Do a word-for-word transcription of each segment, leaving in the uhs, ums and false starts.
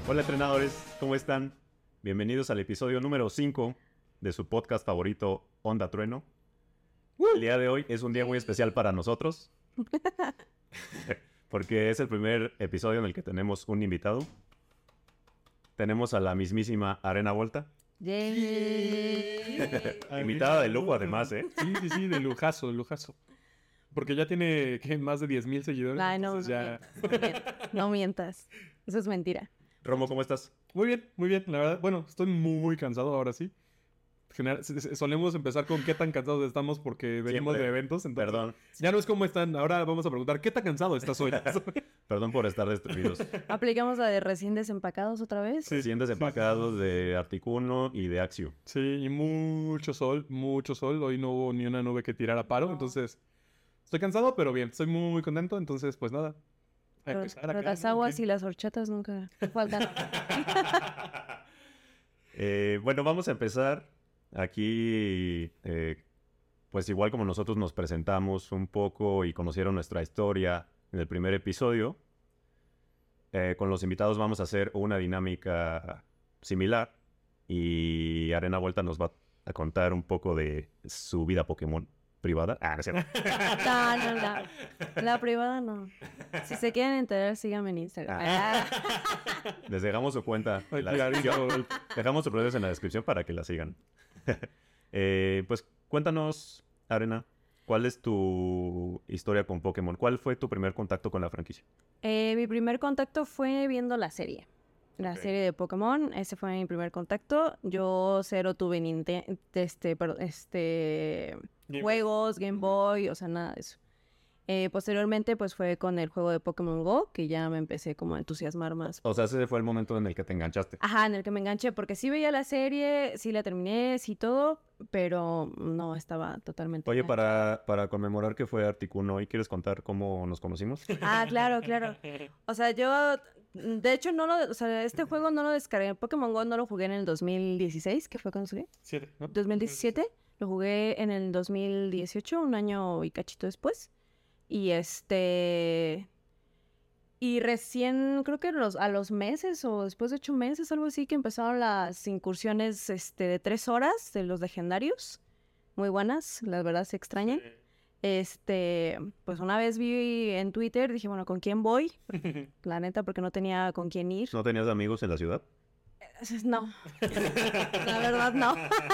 Hola entrenadores, ¿cómo están? Bienvenidos al episodio número cinco de su podcast favorito, Onda Trueno. El día de hoy es un día muy especial para nosotros, porque es el primer episodio en el que tenemos un invitado. Tenemos a la mismísima Arena Volta. Invitada de lujo además, ¿eh? Sí, sí, sí, de lujazo, de lujazo. Porque ya tiene, ¿qué? Más de diez mil seguidores. Ay, no, no, ya... mientas, no mientas. Eso es mentira. Romo, ¿cómo estás? Muy bien, muy bien, la verdad. Bueno, estoy muy cansado ahora sí. General, solemos empezar con qué tan cansados estamos porque venimos Siempre. de eventos. Entonces, Perdón. Ya no es como están. Ahora vamos a preguntar, ¿qué tan cansado estás hoy? Perdón por estar destruidos. ¿Aplicamos la de recién desempacados otra vez? Sí. Recién desempacados de Articuno y de Axio. Sí, y mucho sol, mucho sol. Hoy no hubo ni una nube que tirara paro, No. entonces... Estoy cansado, pero bien. Estoy muy, muy contento, entonces, pues nada. A Pero, empezar pero acá, las ¿no? aguas ¿Qué? y las horchatas nunca faltan. Eh, bueno, vamos a empezar aquí, eh, pues igual como nosotros nos presentamos un poco y conocieron nuestra historia en el primer episodio, eh, con los invitados vamos a hacer una dinámica similar y Arena Vuelta nos va a contar un poco de su vida Pokémon privada. Ah, no es cierto. No, no, no. La privada no. Si se quieren enterar, síganme en Instagram. Ah. Les dejamos su cuenta en la descripción. Dejamos sus redes en la descripción para que la sigan. eh, pues cuéntanos, Arena, ¿cuál es tu historia con Pokémon? ¿Cuál fue tu primer contacto con la franquicia? Eh, mi primer contacto fue viendo la serie. La Ok. serie de Pokémon, ese fue mi primer contacto. Yo cero tuve Nintendo, este, perdón, este, Game juegos, Game Boy, o sea, nada de eso. Eh, posteriormente, pues fue con el juego de Pokémon Go, que ya me empecé como a entusiasmar más. O sea, ese fue el momento en el que te enganchaste. Ajá, en el que me enganché, porque sí veía la serie, sí la terminé, sí todo, pero no estaba totalmente Oye, enganchada. para, para conmemorar que fue Articuno, ¿hoy quieres contar cómo nos conocimos? Ah, claro, claro. O sea, yo, de hecho, no lo, o sea, este juego no lo descargué. Pokémon Go no lo jugué en el dos mil dieciséis, que fue cuando salió. Siete, ¿no? dos mil diecisiete. Lo jugué en el dos mil dieciocho, un año y cachito después. Y este... Y recién, creo que los, a los meses o después de ocho meses, algo así, que empezaron las incursiones este, de tres horas de los legendarios. Muy buenas, la verdad se extrañan. Este, pues una vez vi en Twitter, dije, bueno, ¿con quién voy? La neta, porque no tenía con quién ir. ¿No tenías amigos en la ciudad? No, la verdad no.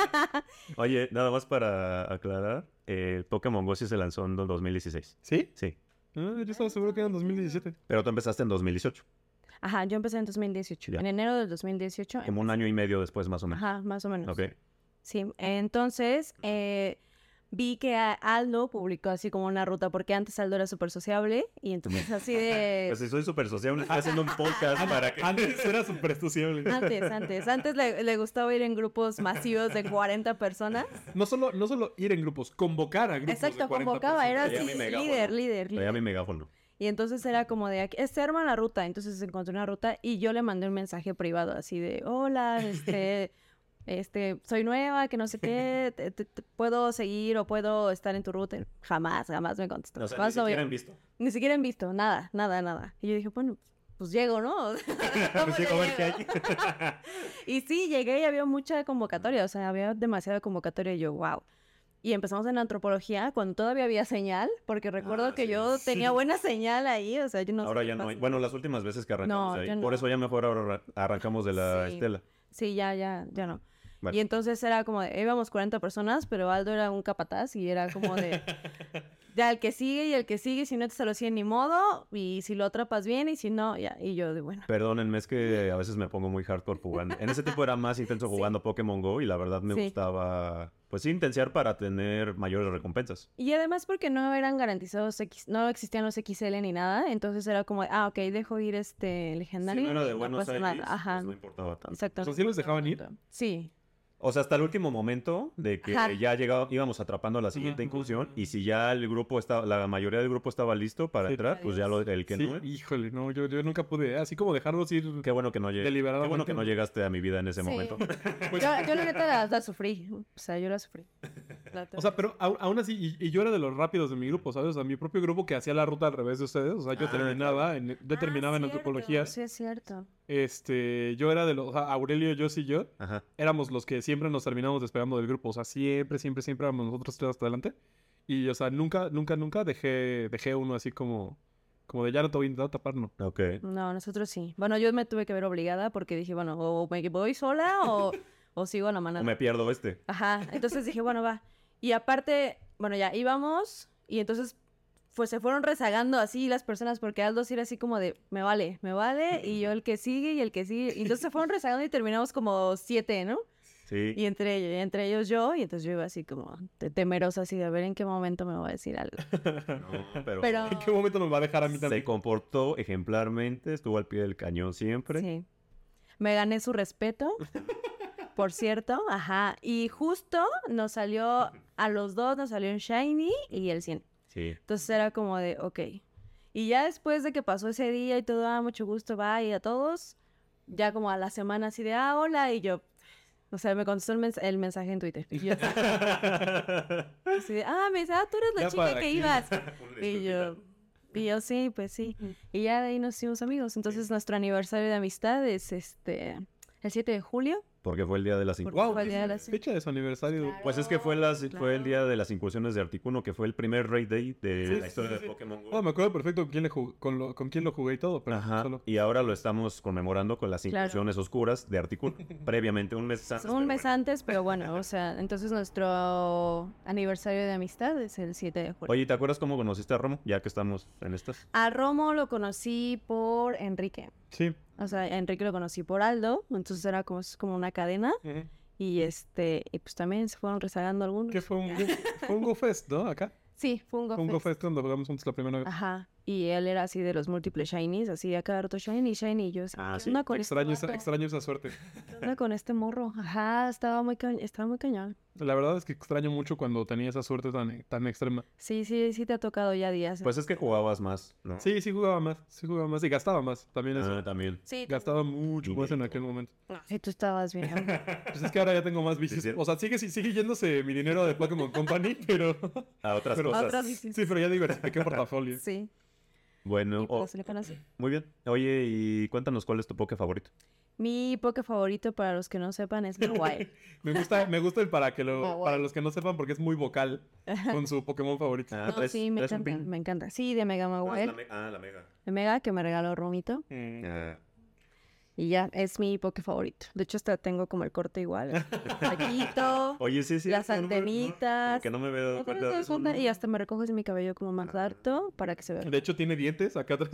Oye, nada más para aclarar, eh, Pokémon Go sí se lanzó en dos mil dieciséis. ¿Sí? Sí, Ah, yo estaba seguro que era en dos mil diecisiete. pero tú empezaste en dos mil dieciocho, Ajá, yo empecé en dos mil dieciocho. Ya. En enero del dos mil dieciocho. como un año y medio después más o menos. Ajá, más o menos. Ok. Sí, entonces eh, vi que a- Aldo publicó así como una ruta, porque antes Aldo era súper sociable y entonces así de... Pues si soy súper sociable, estoy haciendo un podcast para que... Antes era súper sociable. Antes, antes, antes le, le gustaba ir en grupos masivos de cuarenta personas. No solo, no solo ir en grupos, convocar a grupos Exacto, de cuarenta convocaba, era Traía así, mi megáfono. líder, líder, Traía mi líder. megáfono. Y entonces era como de, aquí, se arma la ruta, entonces encontré una ruta y yo le mandé un mensaje privado así de, hola, este, este, soy nueva, que no sé qué, te, te- te puedo seguir o puedo estar en tu ruta. Jamás, jamás me contestó. O sea, ni Jamás lo siquiera vio. han visto. Ni siquiera han visto, nada, nada, nada. Y yo dije, bueno, pues llego, ¿no? ¿Cómo Pues le llego a ver qué llego? hay. Y sí, llegué y había mucha convocatoria, o sea, había demasiada convocatoria y yo, wow. Y empezamos en antropología cuando todavía había señal, porque recuerdo Ah, que sí. yo tenía Sí. buena señal ahí, o sea, yo no sé Ahora qué ya no hay. pasa. Bueno, las últimas veces que arrancamos No, de ahí. yo Por no. eso ya mejor ahora arrancamos de la Sí. estela. Sí, ya, ya, ya no. Vale. Y entonces era como de, íbamos cuarenta personas, pero Aldo era un capataz y era como de, ya el que sigue y el que sigue, si no te se lo siguen ni modo, y si lo atrapas bien y si no, ya, y yo de bueno. Perdónenme, es que a veces me pongo muy hardcore jugando. En ese tiempo era más intenso jugando Pokémon Go y la verdad me Sí. gustaba, pues sí, intensiar para tener mayores recompensas. Y además porque no eran garantizados X, no existían los X L ni nada, entonces era como, de, ah, ok, dejo ir este Si legendario. no era de no Buenos pasa Aires, nada. Ajá, pues no importaba tanto. exacto. O sea, ¿sí los dejaban ir? Sí. O sea, hasta el último momento de que Ajá. ya llegaba, íbamos atrapando a la siguiente Ujú. incursión y si ya el grupo estaba, la mayoría del grupo estaba listo para Sí. entrar, pues ya lo, el que Sí, no. híjole, no, yo, yo nunca pude. Así como dejarlos ir. Qué bueno que no llegué. Qué Deliberadamente. bueno que no llegaste a mi vida en ese Sí. momento. Pues, Yo, yo la neta la, la sufrí, o sea, yo la sufrí. La O sea, pero aún, aún así, y, y yo era de los rápidos de mi grupo, ¿sabes? O sea, mi propio grupo que hacía la ruta al revés de ustedes. O sea, yo Ah, terminaba, en, yo terminaba Ah, en cierto, antropología. Sí, es cierto. Este, yo era de los, o sea, Aurelio, yo y yo, Ajá. éramos los que siempre nos terminamos despegando del grupo. O sea, siempre, siempre, siempre éramos nosotros tres hasta adelante. Y, o sea, nunca, nunca, nunca dejé, dejé uno así como, como de ya no te voy a intentar tapar, no. Ok. No, nosotros sí. Bueno, yo me tuve que ver obligada porque dije, bueno, o me voy sola o, o sigo a la O manada. me pierdo este. Ajá, entonces dije, bueno, va. Y aparte, bueno, ya íbamos y entonces pues se fueron rezagando así las personas porque Aldo sí era así como de, me vale, me vale, y yo el que sigue y el que sigue. Y entonces se fueron rezagando y terminamos como siete, ¿no? Sí. Y entre, ellos- entre ellos yo, y entonces yo iba así como te- temerosa así de a ver en qué momento me va a decir algo. No, pero, Pero ¿En qué momento nos va a dejar a mí se también? comportó ejemplarmente, estuvo al pie del cañón siempre. sí, me gané su respeto, por cierto, ajá. Y justo nos salió, a los dos nos salió un Shiny y el cien. Sí. Entonces era como de, ok. Y ya después de que pasó ese día y todo, ah, mucho gusto, bye a todos, ya como a la semana así de, ah, hola, y yo, o sea, me contestó el, mens- el mensaje en Twitter. Y yo así de, ah, me dice, ah, tú eres la Ya chica para que aquí. ibas. Y yo, y yo, sí, pues sí. Y ya de ahí nos hicimos amigos. Entonces nuestro aniversario de amistad es este, el siete de julio. Porque fue el día de las Porque incursiones. Wow, fue el día de las- fecha de su aniversario. Claro. Pues es que fue, las, Claro. fue el día de las incursiones de Articuno, que fue el primer Raid Day de Sí, la sí, historia sí, de sí. Pokémon Go. Oh, me acuerdo perfecto con quién, le jug- con, lo- con quién lo jugué y todo, pero Ajá. solo... Y ahora lo estamos conmemorando con las Claro. incursiones oscuras de Articuno. Previamente, un mes antes. Un pero mes bueno. antes, pero bueno, o sea, entonces nuestro aniversario de amistad es el siete de julio. Oye, ¿te acuerdas cómo conociste a Romo? Ya que estamos en estas. A Romo lo conocí por Enrique. Sí. O sea, a Enrique lo conocí por Aldo, entonces era como, es como una cadena. Ujú. Y este, y pues también se fueron rezagando algunos. Que fue un, Go- fue un Go Fest, ¿no? Acá. Sí, fue un Fue un Go GoFest. Fest donde jugamos juntos la primera vez. Ajá. Y él era así de los múltiples shinies, así a cada rato shiny, shiny. Y yo así, Ah, ¿qué sí. onda con Extraño este esa, vato? extraño esa suerte. ¿Qué onda con este morro? Ajá, estaba muy, ca- estaba muy cañón. La verdad es que extraño mucho cuando tenía esa suerte tan, tan extrema. Sí, sí, sí te ha tocado ya días. Pues es que jugabas más, ¿no? Sí, sí jugaba más, sí jugaba más y gastaba más, también eso. Ah, también. sí, tú- Gastaba mucho más en Dinero. aquel momento. no, sí, tú estabas bien. Pues es que ahora ya tengo más vicios. Sí, sí. O sea, sigue, sigue yéndose mi dinero de Pokémon Company, pero... A otras Pero- cosas. Otras sí. Sí, pero ya diversifiqué portafolio. Sí. Bueno, Y oh, pues le conocí. muy bien. Oye, y cuéntanos cuál es tu Poké favorito. Mi Poké favorito, para los que no sepan, es Mawile. Me gusta, me gusta el para que lo, Ah, bueno. para los que no sepan porque es muy vocal con su Pokémon favorito. Ah, No, traes- sí, me traes un encanta, pin. me encanta. Sí, de Mega Ah, es la Mawile. me- Ah, la mega. De Mega, que me regaló Romito. Mm. Ah, Y ya, es mi Poké favorito. De hecho, hasta tengo como el corte igual. Taquito, Oye, sí, sí. las no me- no, antenitas. que no me había dado ¿No te cuenta das de eso, cuenta? ¿no? Y hasta me recoges mi cabello como más harto para que se vea. De hecho, tiene dientes acá atrás.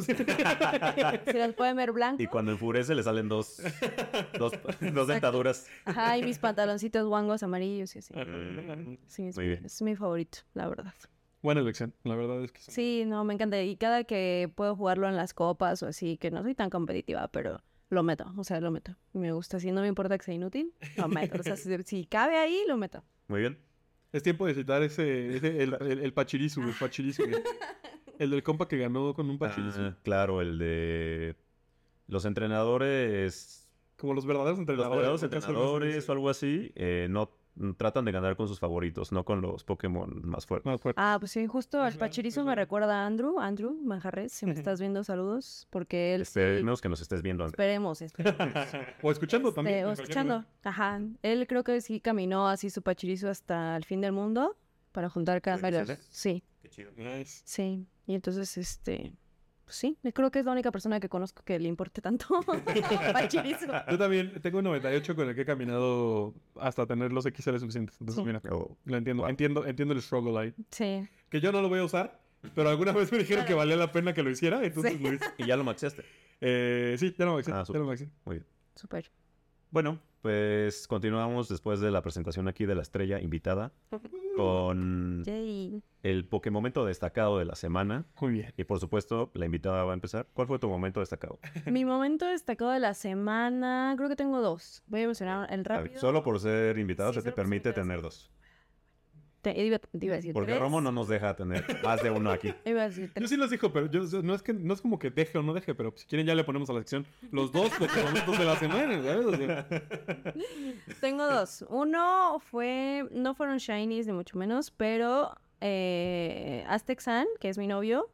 Si las pueden ver blanco. Y cuando enfurece le salen dos, dos, dos dentaduras. Ajá, y mis pantaloncitos guangos amarillos y así. Mm, Sí, es, muy bien. es mi favorito, la verdad. Buena elección, la verdad es que sí. Sí, no, me encanta. Y cada que puedo jugarlo en las copas o así, que no soy tan competitiva, pero lo meto. O sea, lo meto. Me gusta. Si no me importa que sea inútil, lo meto. O sea, si, si cabe ahí, lo meto. Muy bien. Es tiempo de citar ese, ese el, el, el Pachirisu, el Pachirisu. güey. El del compa que ganó con un Pachirisu. Ah, claro, el de los entrenadores, Como los verdaderos los entrenadores. verdaderos ¿no? Que hacen entrenadores eso. o algo así, eh, no mm, tratan de ganar con sus favoritos, no con los Pokémon más fuertes. Más fuerte. Ah, pues sí, justo al Claro, Pachirizo es me verdad. recuerda a Andrew, Andrew Manjarres, si me estás viendo, saludos, porque él sí... Esperemos que nos estés viendo, André. Esperemos, esperemos. O escuchando Este, también. o en cualquier escuchando, momento. ajá. Él creo que sí caminó así su Pachirizo hasta el fin del mundo para juntar caramelos. ¿Excelente? Sí, Qué chido. Nice. sí. Y entonces, este... Pues sí, creo que es la única persona que conozco que le importe tanto Pachirizo. Yo también tengo un noventa y ocho con el que he caminado hasta tener los X L suficientes. Entonces, Sí. mira, Oh, lo entiendo. Wow. Entiendo, entiendo el struggle ahí. Sí, Que yo no lo voy a usar, pero alguna vez me dijeron que valía la pena que lo hiciera, entonces Sí. lo hice. y ya lo maxeaste. Eh, sí, ya lo maxé. Ah, ya súper. lo maxé. Muy bien. súper. Bueno, pues continuamos después de la presentación aquí de la estrella invitada con Yay. el Pokémomento destacado de la semana. Muy bien. Y por supuesto, la invitada va a empezar. ¿Cuál fue tu momento destacado? Mi momento destacado de la semana, creo que tengo dos. Voy a mencionar el A ver, rápido. solo por ser invitada Sí, se te solo por ser permite invitada, tener sí. dos. Te, iba, te iba a decir Porque tres. Romo no nos deja tener más de uno aquí. Iba a decir Yo tres. sí los dijo, pero yo, no, es que, no es como que deje o no deje, pero si quieren ya le ponemos a la sección los dos momentos de la semana, ¿sabes? O sea, Tengo dos. Uno fue, no fueron shinies ni mucho menos, pero eh, Aztec San, que es mi novio,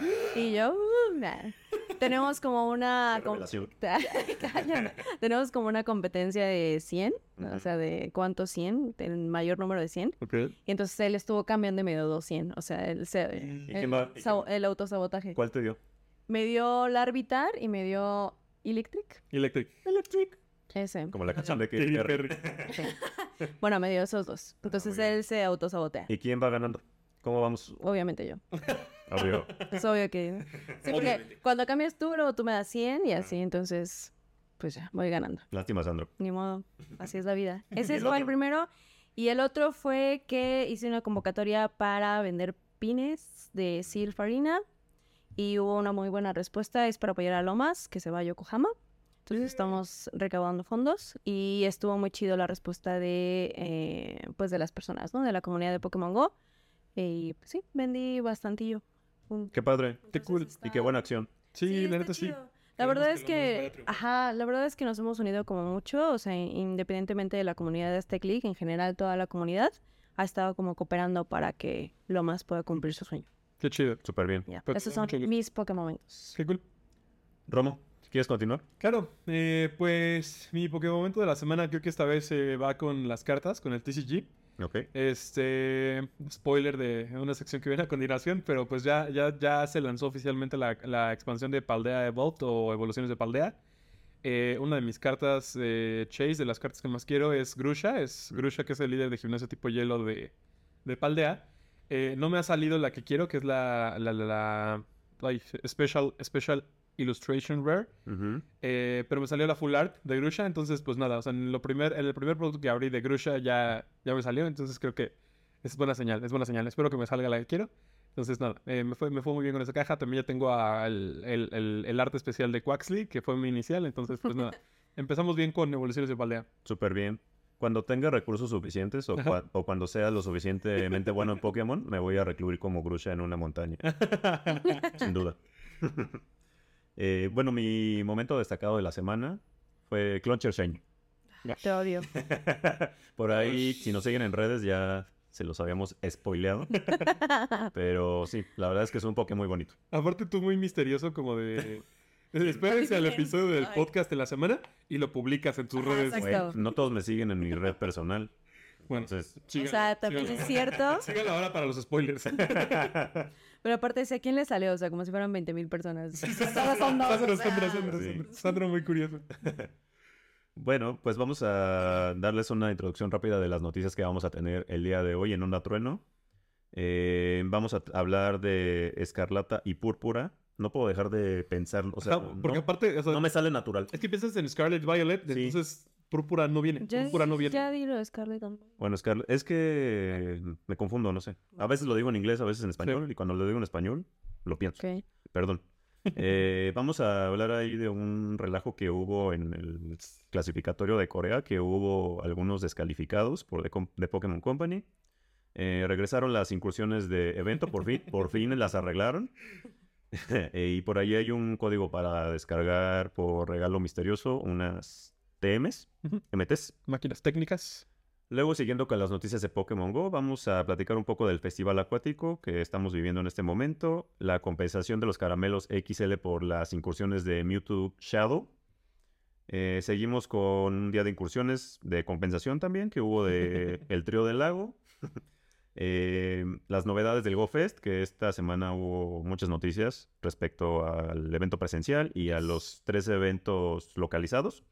y yo, uh, nah. tenemos como una... Qué com- revelación. Cállate. Tenemos como una competencia de cien, o Ujú. sea, de cuántos cien, el mayor número de cien. ok. Y entonces él estuvo cambiando y me dio dos cien, o sea, él se, ¿Y el, quién va? ¿Y quién sabo- va? el autosabotaje. ¿Cuál te dio? Me dio Larvitar y me dio Electric. Electric. Electric. Ese. Como la canción de Katy Katy Perry. Perry. Sí. Bueno, me dio esos dos. Entonces muy bien. él se autosabotea. ¿Y quién va ganando? ¿Cómo vamos? Obviamente yo. Obvio. Es obvio que... Sí, porque Obviamente. cuando cambias tú, luego tú me das cien y así, entonces... Pues ya, voy ganando. Lástima, Sandro. Ni modo. Así es la vida. Ese ¿Y el fue el otro? primero. Y el otro fue que hice una convocatoria para vender pines de Sir Farina. Y hubo una muy buena respuesta. Es para apoyar a Lomas, que se va a Yokohama. Entonces estamos recaudando fondos. Y estuvo muy chido la respuesta de, eh, pues de las personas, ¿no? De la comunidad de Pokémon Go. Y pues, sí, vendí bastantillo. Un- Qué padre. Qué cool. Entonces Y qué buena acción. Sí, la está neta sí. chido. La verdad Queremos es que Lomas vaya que, a triunfar. ajá, la verdad es que nos hemos unido como mucho, o sea, independientemente de la comunidad de Aztec League, en general toda la comunidad ha estado como cooperando para que Lomas pueda cumplir su sueño. Qué chido. Súper bien. Ya, Pues, esos son mucho gusto. mis Pokémon momentos. Qué cool. Romo, ¿quieres continuar? Claro, eh, pues mi Pokémon momento de la semana creo que esta vez se va con las cartas, con el T C G. Ok. Este, spoiler de una sección que viene a continuación, pero pues ya, ya, ya se lanzó oficialmente la, la expansión de Paldea Evolved o Evoluciones de Paldea. Eh, una de mis cartas eh, Chase, de las cartas que más quiero, es Grusha. Es Grusha, que es el líder de gimnasio tipo hielo de, de Paldea. Eh, no me ha salido la que quiero, que es la, la, la, la ay, Special, Special Illustration Rare. Ujú. Eh, pero me salió la full art de Grusha, entonces pues nada, o sea, en, lo primer, en el primer producto que abrí de Grusha ya, ya me salió, entonces creo que es buena señal, es buena señal. Espero que me salga la que quiero. Entonces nada, eh, me, fue, me fue muy bien con esa caja. También ya tengo a el, el, el, el arte especial de Quaxley, que fue mi inicial, entonces pues nada, empezamos bien con Evoluciones de Paldea. Súper bien. Cuando tenga recursos suficientes o, Ajá. cua- o cuando sea lo suficientemente bueno en Pokémon, me voy a recluir como Grusha en una montaña. Sin duda. Eh, bueno, mi momento destacado de la semana fue Cloncher Shiny. Te odio. Por ahí, si nos siguen en redes, ya se los habíamos spoileado. Pero sí, la verdad es que es un Poké muy bonito. Aparte tú muy misterioso como de... Espérense al episodio del Ay. podcast de la semana y lo publicas en tus Ajá, redes. exacto. Güey, no todos me siguen en mi red personal. Bueno, Entonces, O síganlo, sea, también síganlo. es cierto. Síganlo ahora para los spoilers. Pero aparte, ¿a quién le salió? O sea, como si fueran veinte mil personas. Solo son dos. Sandra, o sea. Sandra, Sandra, Sí. Sandra. Sandra muy curioso. bueno, pues vamos a darles una introducción rápida de las noticias que vamos a tener el día de hoy en Onda Trueno. Eh, vamos a t- hablar de Escarlata y Púrpura. No puedo dejar de pensar, o sea, Ajá, porque no, aparte, o sea, no me sale natural. es que piensas en Scarlet Violet, Sí. entonces Púrpura no viene. Ya, Púrpura no viene. ya dilo, Scarlett. Bueno, Scarlett, es que me confundo, no sé. A veces lo digo en inglés, a veces en español, y cuando lo digo en español, lo pienso. Ok. Perdón. Eh, vamos a hablar ahí de un relajo que hubo en el clasificatorio de Corea, que hubo algunos descalificados por The, Com- The Pokémon Company. Eh, regresaron las incursiones de evento, por fin, por fin las arreglaron. Eh, y por ahí hay un código para descargar por regalo misterioso unas T Ms, Ujú. M Ts. Máquinas técnicas. Luego, siguiendo con las noticias de Pokémon Go, vamos a platicar un poco del festival acuático que estamos viviendo en este momento, la compensación de los caramelos X L por las incursiones de Mewtwo Shadow. Eh, seguimos con un día de incursiones de compensación también que hubo de el trío del lago. Eh, las novedades del GoFest, que esta semana hubo muchas noticias respecto al evento presencial y a los tres eventos localizados.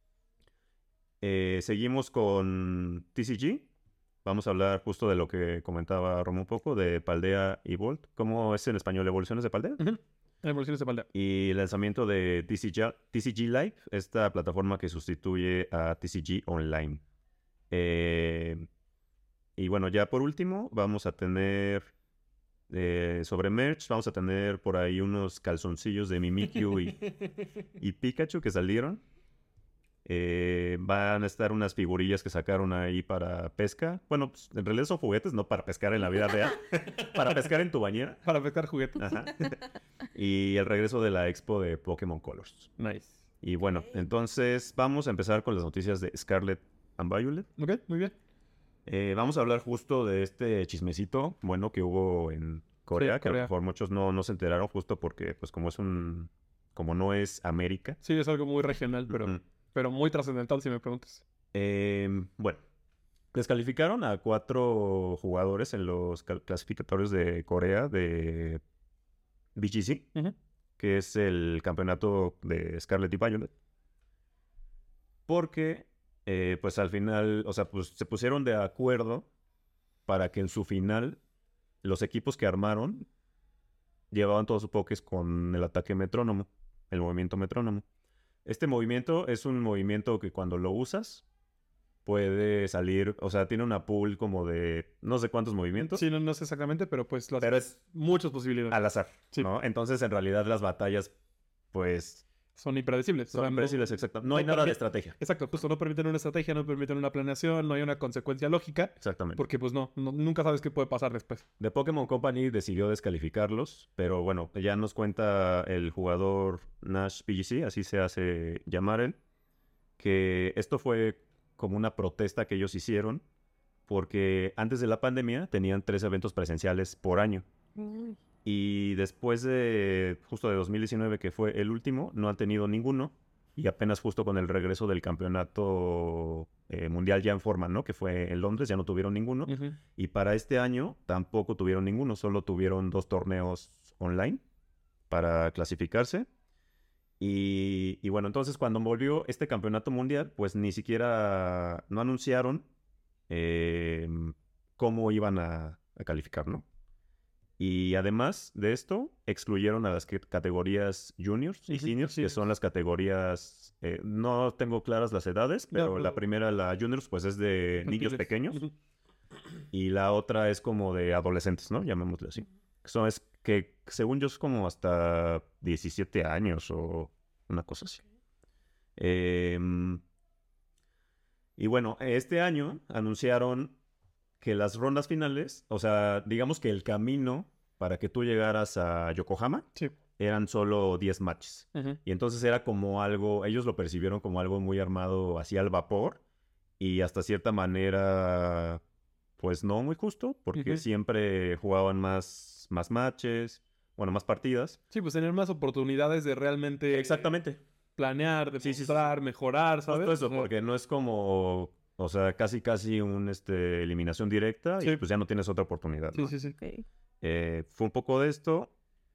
Eh, seguimos con T C G. Vamos a hablar justo de lo que comentaba Romo un poco, de Paldea y Volt. ¿Cómo es en español? ¿Evoluciones de Paldea? Ujú. Evoluciones de Paldea. Y el lanzamiento de T C G, T C G Live, esta plataforma que sustituye a T C G Online. Eh, y bueno, ya por último, vamos a tener eh, sobre merch, vamos a tener por ahí unos calzoncillos de Mimikyu y, y Pikachu que salieron. Eh, van a estar unas figurillas que sacaron ahí para pesca. Bueno, pues, en realidad son juguetes, no para pescar en la vida real. Para pescar en tu bañera. Para pescar juguetes. Ajá. Y el regreso de la expo de Pokémon Colors. Nice. Y bueno, entonces vamos a empezar con las noticias de Scarlet and Violet. Ok, muy bien. Eh, vamos a hablar justo de este chismecito, bueno, que hubo en Corea, Sí, que a Corea. lo mejor muchos no, no se enteraron justo porque, pues, como es un... como no es América. Sí, es algo muy regional, pero, Ujú. pero muy trascendental, si me preguntas. Eh, bueno, descalificaron a cuatro jugadores en los cal- clasificatorios de Corea de B G C, Ujú. que es el campeonato de Scarlet y Violet. Porque, eh, pues al final, o sea, pues se pusieron de acuerdo para que en su final los equipos que armaron llevaban todos sus pokés con el ataque metrónomo, el movimiento metrónomo. Este movimiento es un movimiento que cuando lo usas puede salir, o sea, tiene una pool como de no sé cuántos movimientos, Sí, no, no sé exactamente, pero pues las pero es muchas posibilidades. al azar, Sí. ¿no? Entonces, en realidad, las batallas, pues, Son impredecibles. O son sea, no- impredecibles, exacto. No hay nada de permi- estrategia. Exacto, justo no permiten una estrategia, no permiten una planeación, no hay una consecuencia lógica, Exactamente. porque pues no, no- nunca sabes qué puede pasar después. The Pokémon Company decidió descalificarlos, pero bueno, ya nos cuenta el jugador Nash P G C, así se hace llamar él, que esto fue como una protesta que ellos hicieron, porque antes de la pandemia tenían tres eventos presenciales por año. Y después de justo de dos mil diecinueve, que fue el último, no han tenido ninguno. Y apenas justo con el regreso del campeonato eh, mundial ya en forma, ¿no? Que fue en Londres, ya no tuvieron ninguno. Ujú. Y para este año tampoco tuvieron ninguno, solo tuvieron dos torneos online para clasificarse. Y, y bueno, entonces cuando volvió este campeonato mundial, pues ni siquiera no anunciaron eh, cómo iban a, a calificar, ¿no? Y además de esto, excluyeron a las que- categorías juniors y Ujú, seniors, así que es. son las categorías, eh, no tengo claras las edades, No, pero pero- la primera, la juniors, pues es de niños Infantiles. pequeños. Ujú. Y la otra es como de adolescentes, ¿no? Llamémosle así. Son, es que según yo es como hasta diecisiete años o una cosa así. Em, y bueno, este año anunciaron que las rondas finales, o sea, digamos que el camino para que tú llegaras a Yokohama Sí. eran solo diez matches. Ujú. Y entonces era como algo, ellos lo percibieron como algo muy armado así al vapor y hasta cierta manera, pues no muy justo, porque Ujú. siempre jugaban más, más matches, bueno, más partidas. Sí, pues tener más oportunidades de realmente Exactamente. planear, Sí, sí, sí, demostrar, mejorar, ¿sabes? Justo eso, O sea, porque no es como, o sea, casi casi una este, eliminación directa y Sí. pues ya no tienes otra oportunidad, Sí, ¿no? sí, sí. Ok. Eh, fue un poco de esto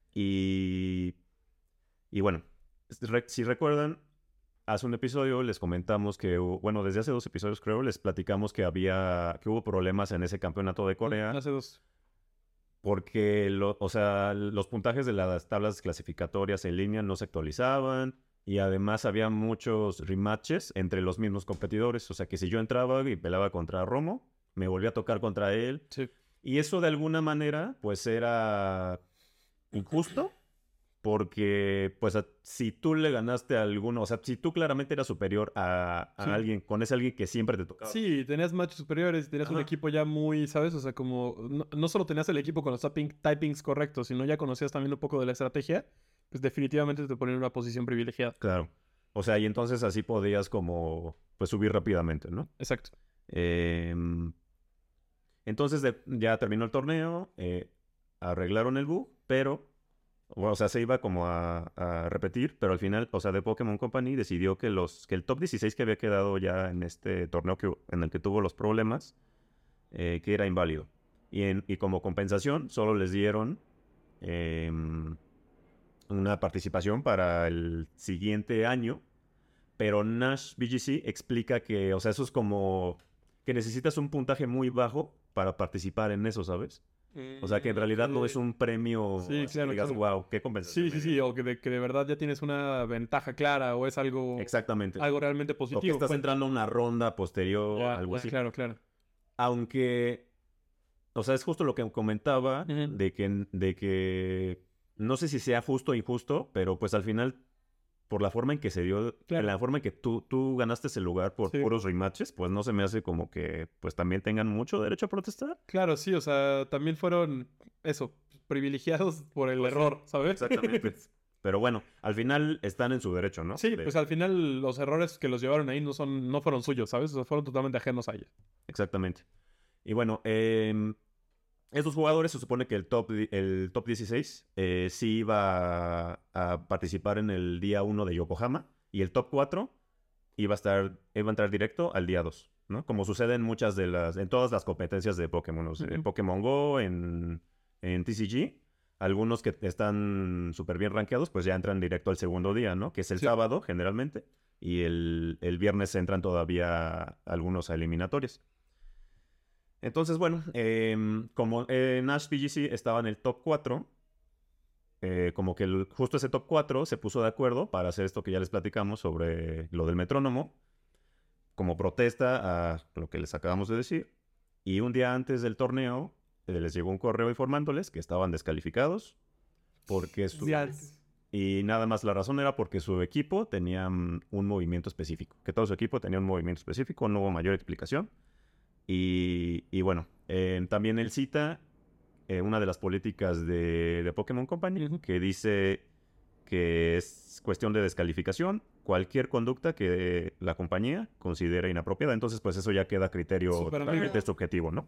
y, y bueno, re- si recuerdan, hace un episodio les comentamos que, hu- bueno, desde hace dos episodios creo, les platicamos que había, que hubo problemas en ese campeonato de Corea Hace dos. porque, lo, o sea, los puntajes de las tablas clasificatorias en línea no se actualizaban y además había muchos rematches entre los mismos competidores, o sea, que si yo entraba y pelaba contra Romo, me volvía a tocar contra él. Sí. Y eso de alguna manera, pues era injusto, porque pues a- si tú le ganaste a alguno, o sea, si tú claramente eras superior a, a Sí. alguien, con ese alguien que siempre te tocaba. Sí, tenías matches superiores, tenías un Ajá. equipo ya muy, ¿sabes? O sea, como no, no solo tenías el equipo con los typing- typings correctos, sino ya conocías también un poco de la estrategia, pues definitivamente te ponen en una posición privilegiada. Claro. O sea, y entonces así podías como, pues subir rápidamente, ¿no? Exacto. Em, entonces de- ya terminó el torneo, eh, arreglaron el bug, pero, bueno, o sea, se iba como a, a repetir, pero al final, o sea, The Pokémon Company decidió que los que el top dieciséis que había quedado ya en este torneo que, en el que tuvo los problemas, eh, que era inválido. Y, en- y como compensación, solo les dieron em, una participación para el siguiente año, pero Nash B G C explica que, o sea, eso es como que necesitas un puntaje muy bajo para participar en eso, ¿sabes? O sea, que en realidad no es un premio Sí, así claro, que digas, claro. wow, qué compensación. Sí, sí, me sí, dio". o que de, que de verdad ya tienes una ventaja clara o es algo, Exactamente. algo realmente O que positivo. estás pues. entrando a una ronda posterior, Ya, algo ya, así. Claro, claro. Aunque, o sea, es justo lo que comentaba, Ujú. de que, de que no sé si sea justo o injusto, pero pues al final por la forma en que se dio, Claro. la forma en que tú, tú ganaste ese lugar por Sí. puros rematches, pues no se me hace como que pues también tengan mucho derecho a protestar. Claro, sí, o sea, también fueron, eso, privilegiados por el Pues sí, error, ¿sabes? Exactamente. Pero bueno, al final están en su derecho, ¿no? Sí, De- pues al final los errores que los llevaron ahí no son, no fueron suyos, ¿sabes? O sea, fueron totalmente ajenos a ella. Exactamente. Y bueno, em, estos jugadores se supone que el top, di- el top dieciséis eh, sí iba a, a participar en el día uno de Yokohama y el top cuatro iba a estar, iba a entrar directo al día dos, ¿no? Como sucede en muchas de las, en todas las competencias de Pokémon, o sea, en Ujú. Pokémon Go, en, en T C G, algunos que están súper bien rankeados, pues ya entran directo al segundo día, ¿no? Que es el Sí. sábado, generalmente, y el, el viernes entran todavía algunos a eliminatorias. Entonces, bueno, em, como en Ash P G C estaba en el top cuatro, eh, como que el- justo ese top cuatro se puso de acuerdo para hacer esto que ya les platicamos sobre lo del metrónomo, como protesta a lo que les acabamos de decir. Y un día antes del torneo, eh, les llegó un correo informándoles que estaban descalificados porque su... Ya. Y nada más, la razón era porque su equipo tenía mm, un movimiento específico, que todo su equipo tenía un movimiento específico, no hubo mayor explicación. Y, y bueno, eh, también él cita eh, una de las políticas de, de Pokémon Company Ujú. que dice que es cuestión de descalificación cualquier conducta que la compañía considere inapropiada. Entonces, pues eso ya queda a criterio Súper totalmente ambiguo. subjetivo, ¿no?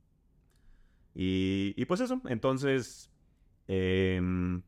Y, y pues eso, entonces, em,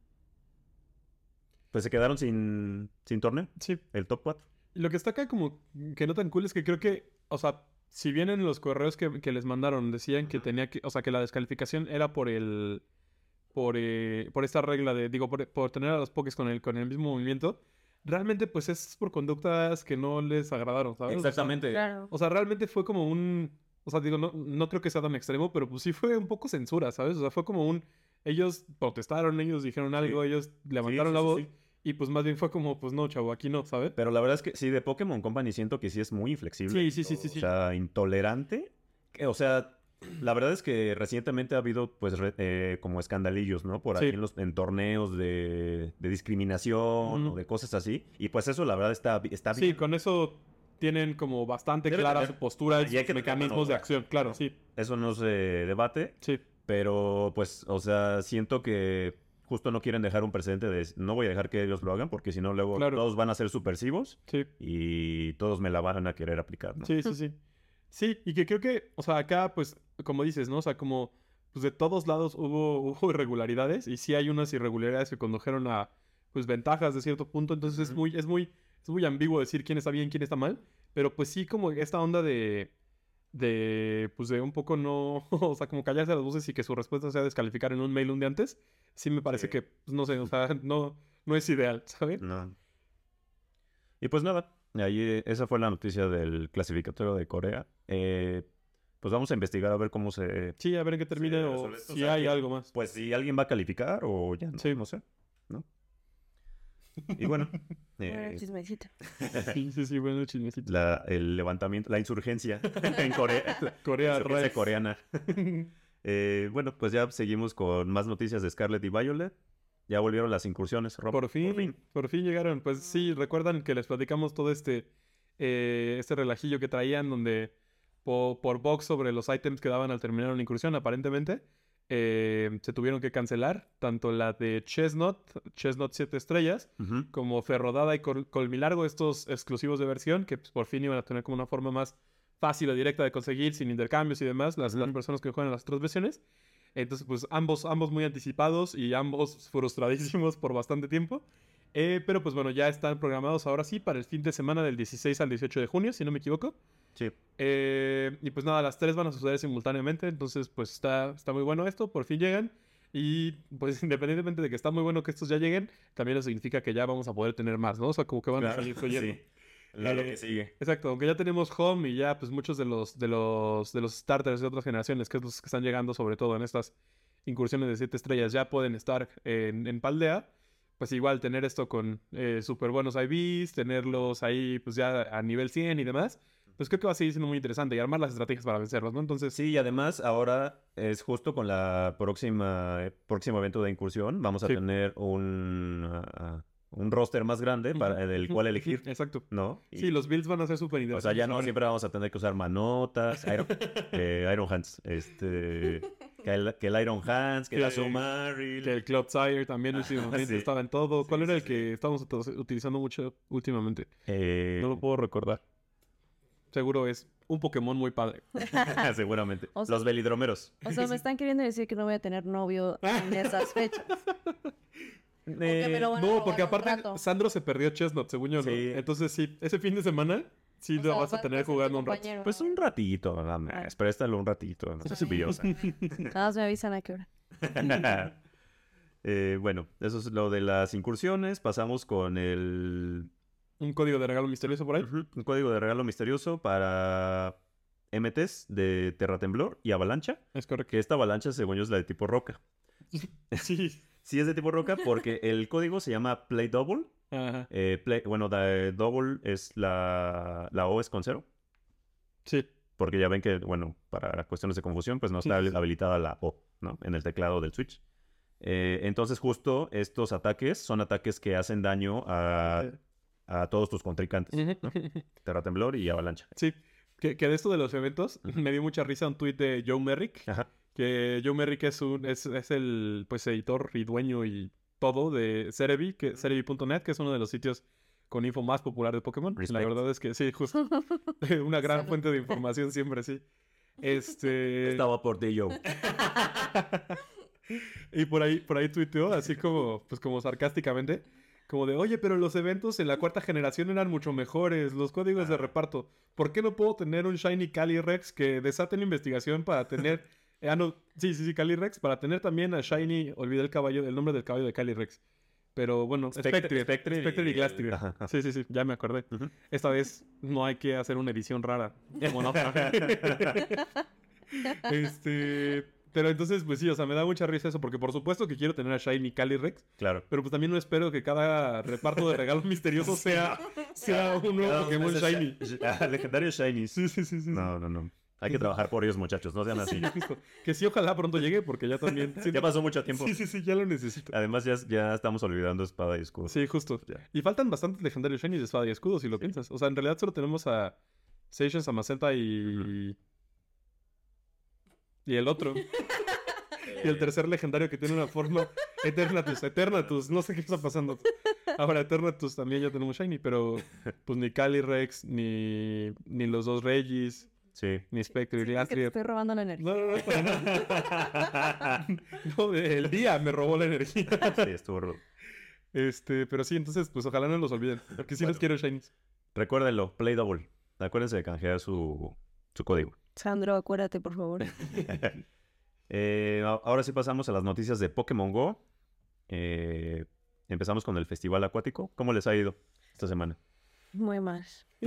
pues se quedaron sin, sin torneo, Sí. el top cuatro. Y lo que está acá como que no tan cool es que creo que, o sea, si bien en los correos que, que les mandaron decían que Ujú. tenía que, o sea, que la descalificación era por el, por, eh, por esta regla de, digo, por, por tener a los Pokés con el, con el mismo movimiento, realmente pues es por conductas que no les agradaron, ¿sabes? O sea, Exactamente. Claro. O sea, realmente fue como un... O sea, digo, no, no creo que sea tan extremo, pero pues sí fue un poco censura, ¿sabes? O sea, fue como un... Ellos protestaron, ellos dijeron algo, ellos levantaron sí, la sí, voz, sí. y pues más bien fue como, pues no, chavo, aquí no, ¿sabes? Pero la verdad es que sí, de Pokémon Company siento que sí es muy inflexible. Sí, sí, sí, sí, O sí. sea, intolerante. Que, o sea, la verdad es que recientemente ha habido, pues, re- eh, como escandalillos, ¿no? Por ahí Sí. en, los, en torneos de, de discriminación Ujú. o de cosas así. Y pues eso, la verdad, está, bi- está Sí, bien. con eso tienen como bastante Debe clara tener- su postura y y hay sus que tener mano mecanismos de dura. acción, claro, sí. Eso no se debate. Sí, Pero, pues, o sea, siento que justo no quieren dejar un precedente de no voy a dejar que ellos lo hagan porque si no luego claro. todos van a ser subversivos Sí. y todos me la van a querer aplicar, ¿no? Sí, sí, sí. Sí, y que creo que, o sea, acá, pues, como dices, ¿no? O sea, como, pues de todos lados hubo, hubo irregularidades y sí hay unas irregularidades que condujeron a, pues, ventajas de cierto punto. Entonces es Ujú. muy, es muy, es muy ambiguo decir quién está bien, quién está mal. Pero pues sí, como esta onda de, de, pues, de un poco no, o sea, como callarse las voces y que su respuesta sea descalificar en un mail un día antes, sí me parece Sí. que, pues, no sé, o sea, no, no es ideal, ¿sabes? No. Y pues nada, ahí eh, esa fue la noticia del clasificatorio de Corea. Eh, pues vamos a investigar a ver cómo se... Sí, a ver en qué termina se o resuelve esto. O si sea, hay que, algo más. pues si alguien va a calificar o ya no, Sí. no sé, ¿no? Y bueno, Bueno, eh, chismecito. Sí, sí, sí, bueno, chismecito. la, el levantamiento, la insurgencia en Corea, la Corea, insurgencia Red. coreana. Eh, bueno, pues ya seguimos con más noticias de Scarlet y Violet. Ya volvieron las incursiones, Rob. Por fin, por fin, llegaron. Pues sí, recuerdan que les platicamos todo este, eh, este relajillo que traían donde po- por box sobre los ítems que daban al terminar una incursión, aparentemente, eh, se tuvieron que cancelar tanto la de Chestnut, Chestnut siete estrellas, Ujú. como Ferrodada y Col- Colmilargo, estos exclusivos de versión, que pues, por fin iban a tener como una forma más fácil o directa de conseguir, sin intercambios y demás, las, las Ujú. personas que juegan las otras versiones. Entonces, pues ambos, ambos muy anticipados y ambos frustradísimos por bastante tiempo. Eh, pero pues bueno, ya están programados ahora sí para el fin de semana del dieciséis al dieciocho de junio, si no me equivoco. Sí. Eh, y pues nada, las tres van a suceder simultáneamente. Entonces, pues está, está muy bueno esto. Por fin llegan. Y pues independientemente de que está muy bueno que estos ya lleguen, también eso significa que ya vamos a poder tener más, ¿no? O sea, como que van a Claro, salir fluyendo. sí. La- lo Eh, que sigue. Exacto, aunque ya tenemos Home y ya pues muchos de los de los de los starters de otras generaciones, que es los que están llegando sobre todo en estas incursiones de siete estrellas, ya pueden estar en, en Paldea, pues igual tener esto con eh, súper buenos I Vs, tenerlos ahí pues ya a nivel cien y demás, pues creo que va a seguir siendo muy interesante y armar las estrategias para vencerlos, ¿no? Entonces, Sí, y además ahora es justo con la próxima eh, próximo evento de incursión. Vamos a Sí. tener un, ah, un roster más grande para, del cual elegir, Exacto. ¿no? Y, Sí, los builds van a ser súper o interesantes. sea, ya no ahora. siempre vamos a tener que usar manotas, Iron, eh, Iron Hands, este, que el, que el Iron Hands, que Que- la Somaril. Que el Clodsire también últimamente sí. estaba en todo. ¿Cuál Sí, era sí, el que estábamos ut- utilizando mucho últimamente? Eh, No lo puedo recordar. Seguro es un Pokémon muy padre. seguramente. O sea- Los velidromeros. O sea, me están queriendo decir que no voy a tener novio en esas fechas. Eh, me lo van a No, robar porque un aparte rato. Sandro se perdió Chestnut, según yo, ¿no? Sí. Entonces sí, ese fin de semana sí O lo sea, vas a va- tener va a ser jugando tu un rato. compañero. Pues un ratito, nada más. Préstalo un ratito. No seas envidiosa. Nada más me avisan a qué hora. Eh, bueno, eso es lo de las incursiones. Pasamos con el, Un código de regalo misterioso por ahí. ujú, un código de regalo misterioso para M Ts de Terratemblor y Avalancha. Es correcto. Que esta avalancha, según yo, es la de tipo roca. Sí. Sí es de tipo roca porque el código se llama Play Double. Ajá. Eh, play- bueno, da- Double es la, la O es con cero. Sí. Porque ya ven que, bueno, para cuestiones de confusión, pues no está Sí, sí, sí. habilitada la O, ¿no? En el teclado del Switch. Eh, entonces, justo estos ataques son ataques que hacen daño a, a todos tus contrincantes, ¿no? Terratemblor y Avalancha. Sí. Que, que de esto de los eventos, Ujú. me dio mucha risa un tuit de Joe Merrick. Ajá. Que Joe Merrick es un es, es el pues editor y dueño y todo de Cerebi, que cerebi punto net, que es uno de los sitios con info más popular de Pokémon. La Respect. verdad es que sí, justo. Una gran Salud. fuente de información siempre, sí. Este Estaba por ti, Joe. y por ahí por ahí tuiteó así como pues como sarcásticamente, como de, "Oye, pero los eventos en la cuarta generación eran mucho mejores, los códigos de reparto. ¿Por qué no puedo tener un Shiny Calyrex que desate la investigación para tener Ah, no, sí, sí, sí, Calyrex, para tener también a Shiny, olvidé el caballo, el nombre del caballo de Calyrex. Pero bueno, Spectre- Spectre, Spectre Spectre, y- y Glastrier. Ajá, ajá. Sí, sí, sí, ya me acordé. Ujú. Esta vez no hay que hacer una edición rara. Como no. este, pero entonces, pues sí, o sea, me da mucha risa eso, porque por supuesto que quiero tener a Shiny Calyrex, Claro. pero pues también no espero que cada reparto de regalos misteriosos sea, sea un nuevo Pokémon Shiny. Ah, legendario Shiny. Sí, sí, sí, sí. No, no, no. Hay que trabajar por ellos, muchachos. No sean así. Sí, justo. Que sí, ojalá pronto llegue, porque ya también... sí, Ya pasó mucho tiempo. Sí, sí, sí, ya lo necesito. Además, ya, ya estamos olvidando espada y escudo. Sí, justo. Ya. Y faltan bastantes legendarios shinies de espada y escudo, si lo piensas. O sea, en realidad solo tenemos a Seixas, a Macenta y... Y el otro. Y el tercer legendario que tiene una forma... Eternatus, Eternatus. No sé qué está pasando. Ahora, Eternatus también ya tenemos shiny, pero... Pues ni Calyrex, ni... Ni los dos Regis, Sí. ni Spectre, ni Sí, es que te Glastrier. estoy robando la energía. No, no, no, para nada. No, el día me robó la energía. Sí, estuvo rudo. Este, pero sí, entonces, pues ojalá no los olviden. Porque sí los quiero shinies. Recuérdenlo, Play Double. Acuérdense de canjear su, su código. Sandro, acuérdate, por favor. Eh, a- ahora sí pasamos a las noticias de Pokémon Go. Eh, empezamos con el Festival Acuático. ¿Cómo les ha ido esta semana? Muy mal.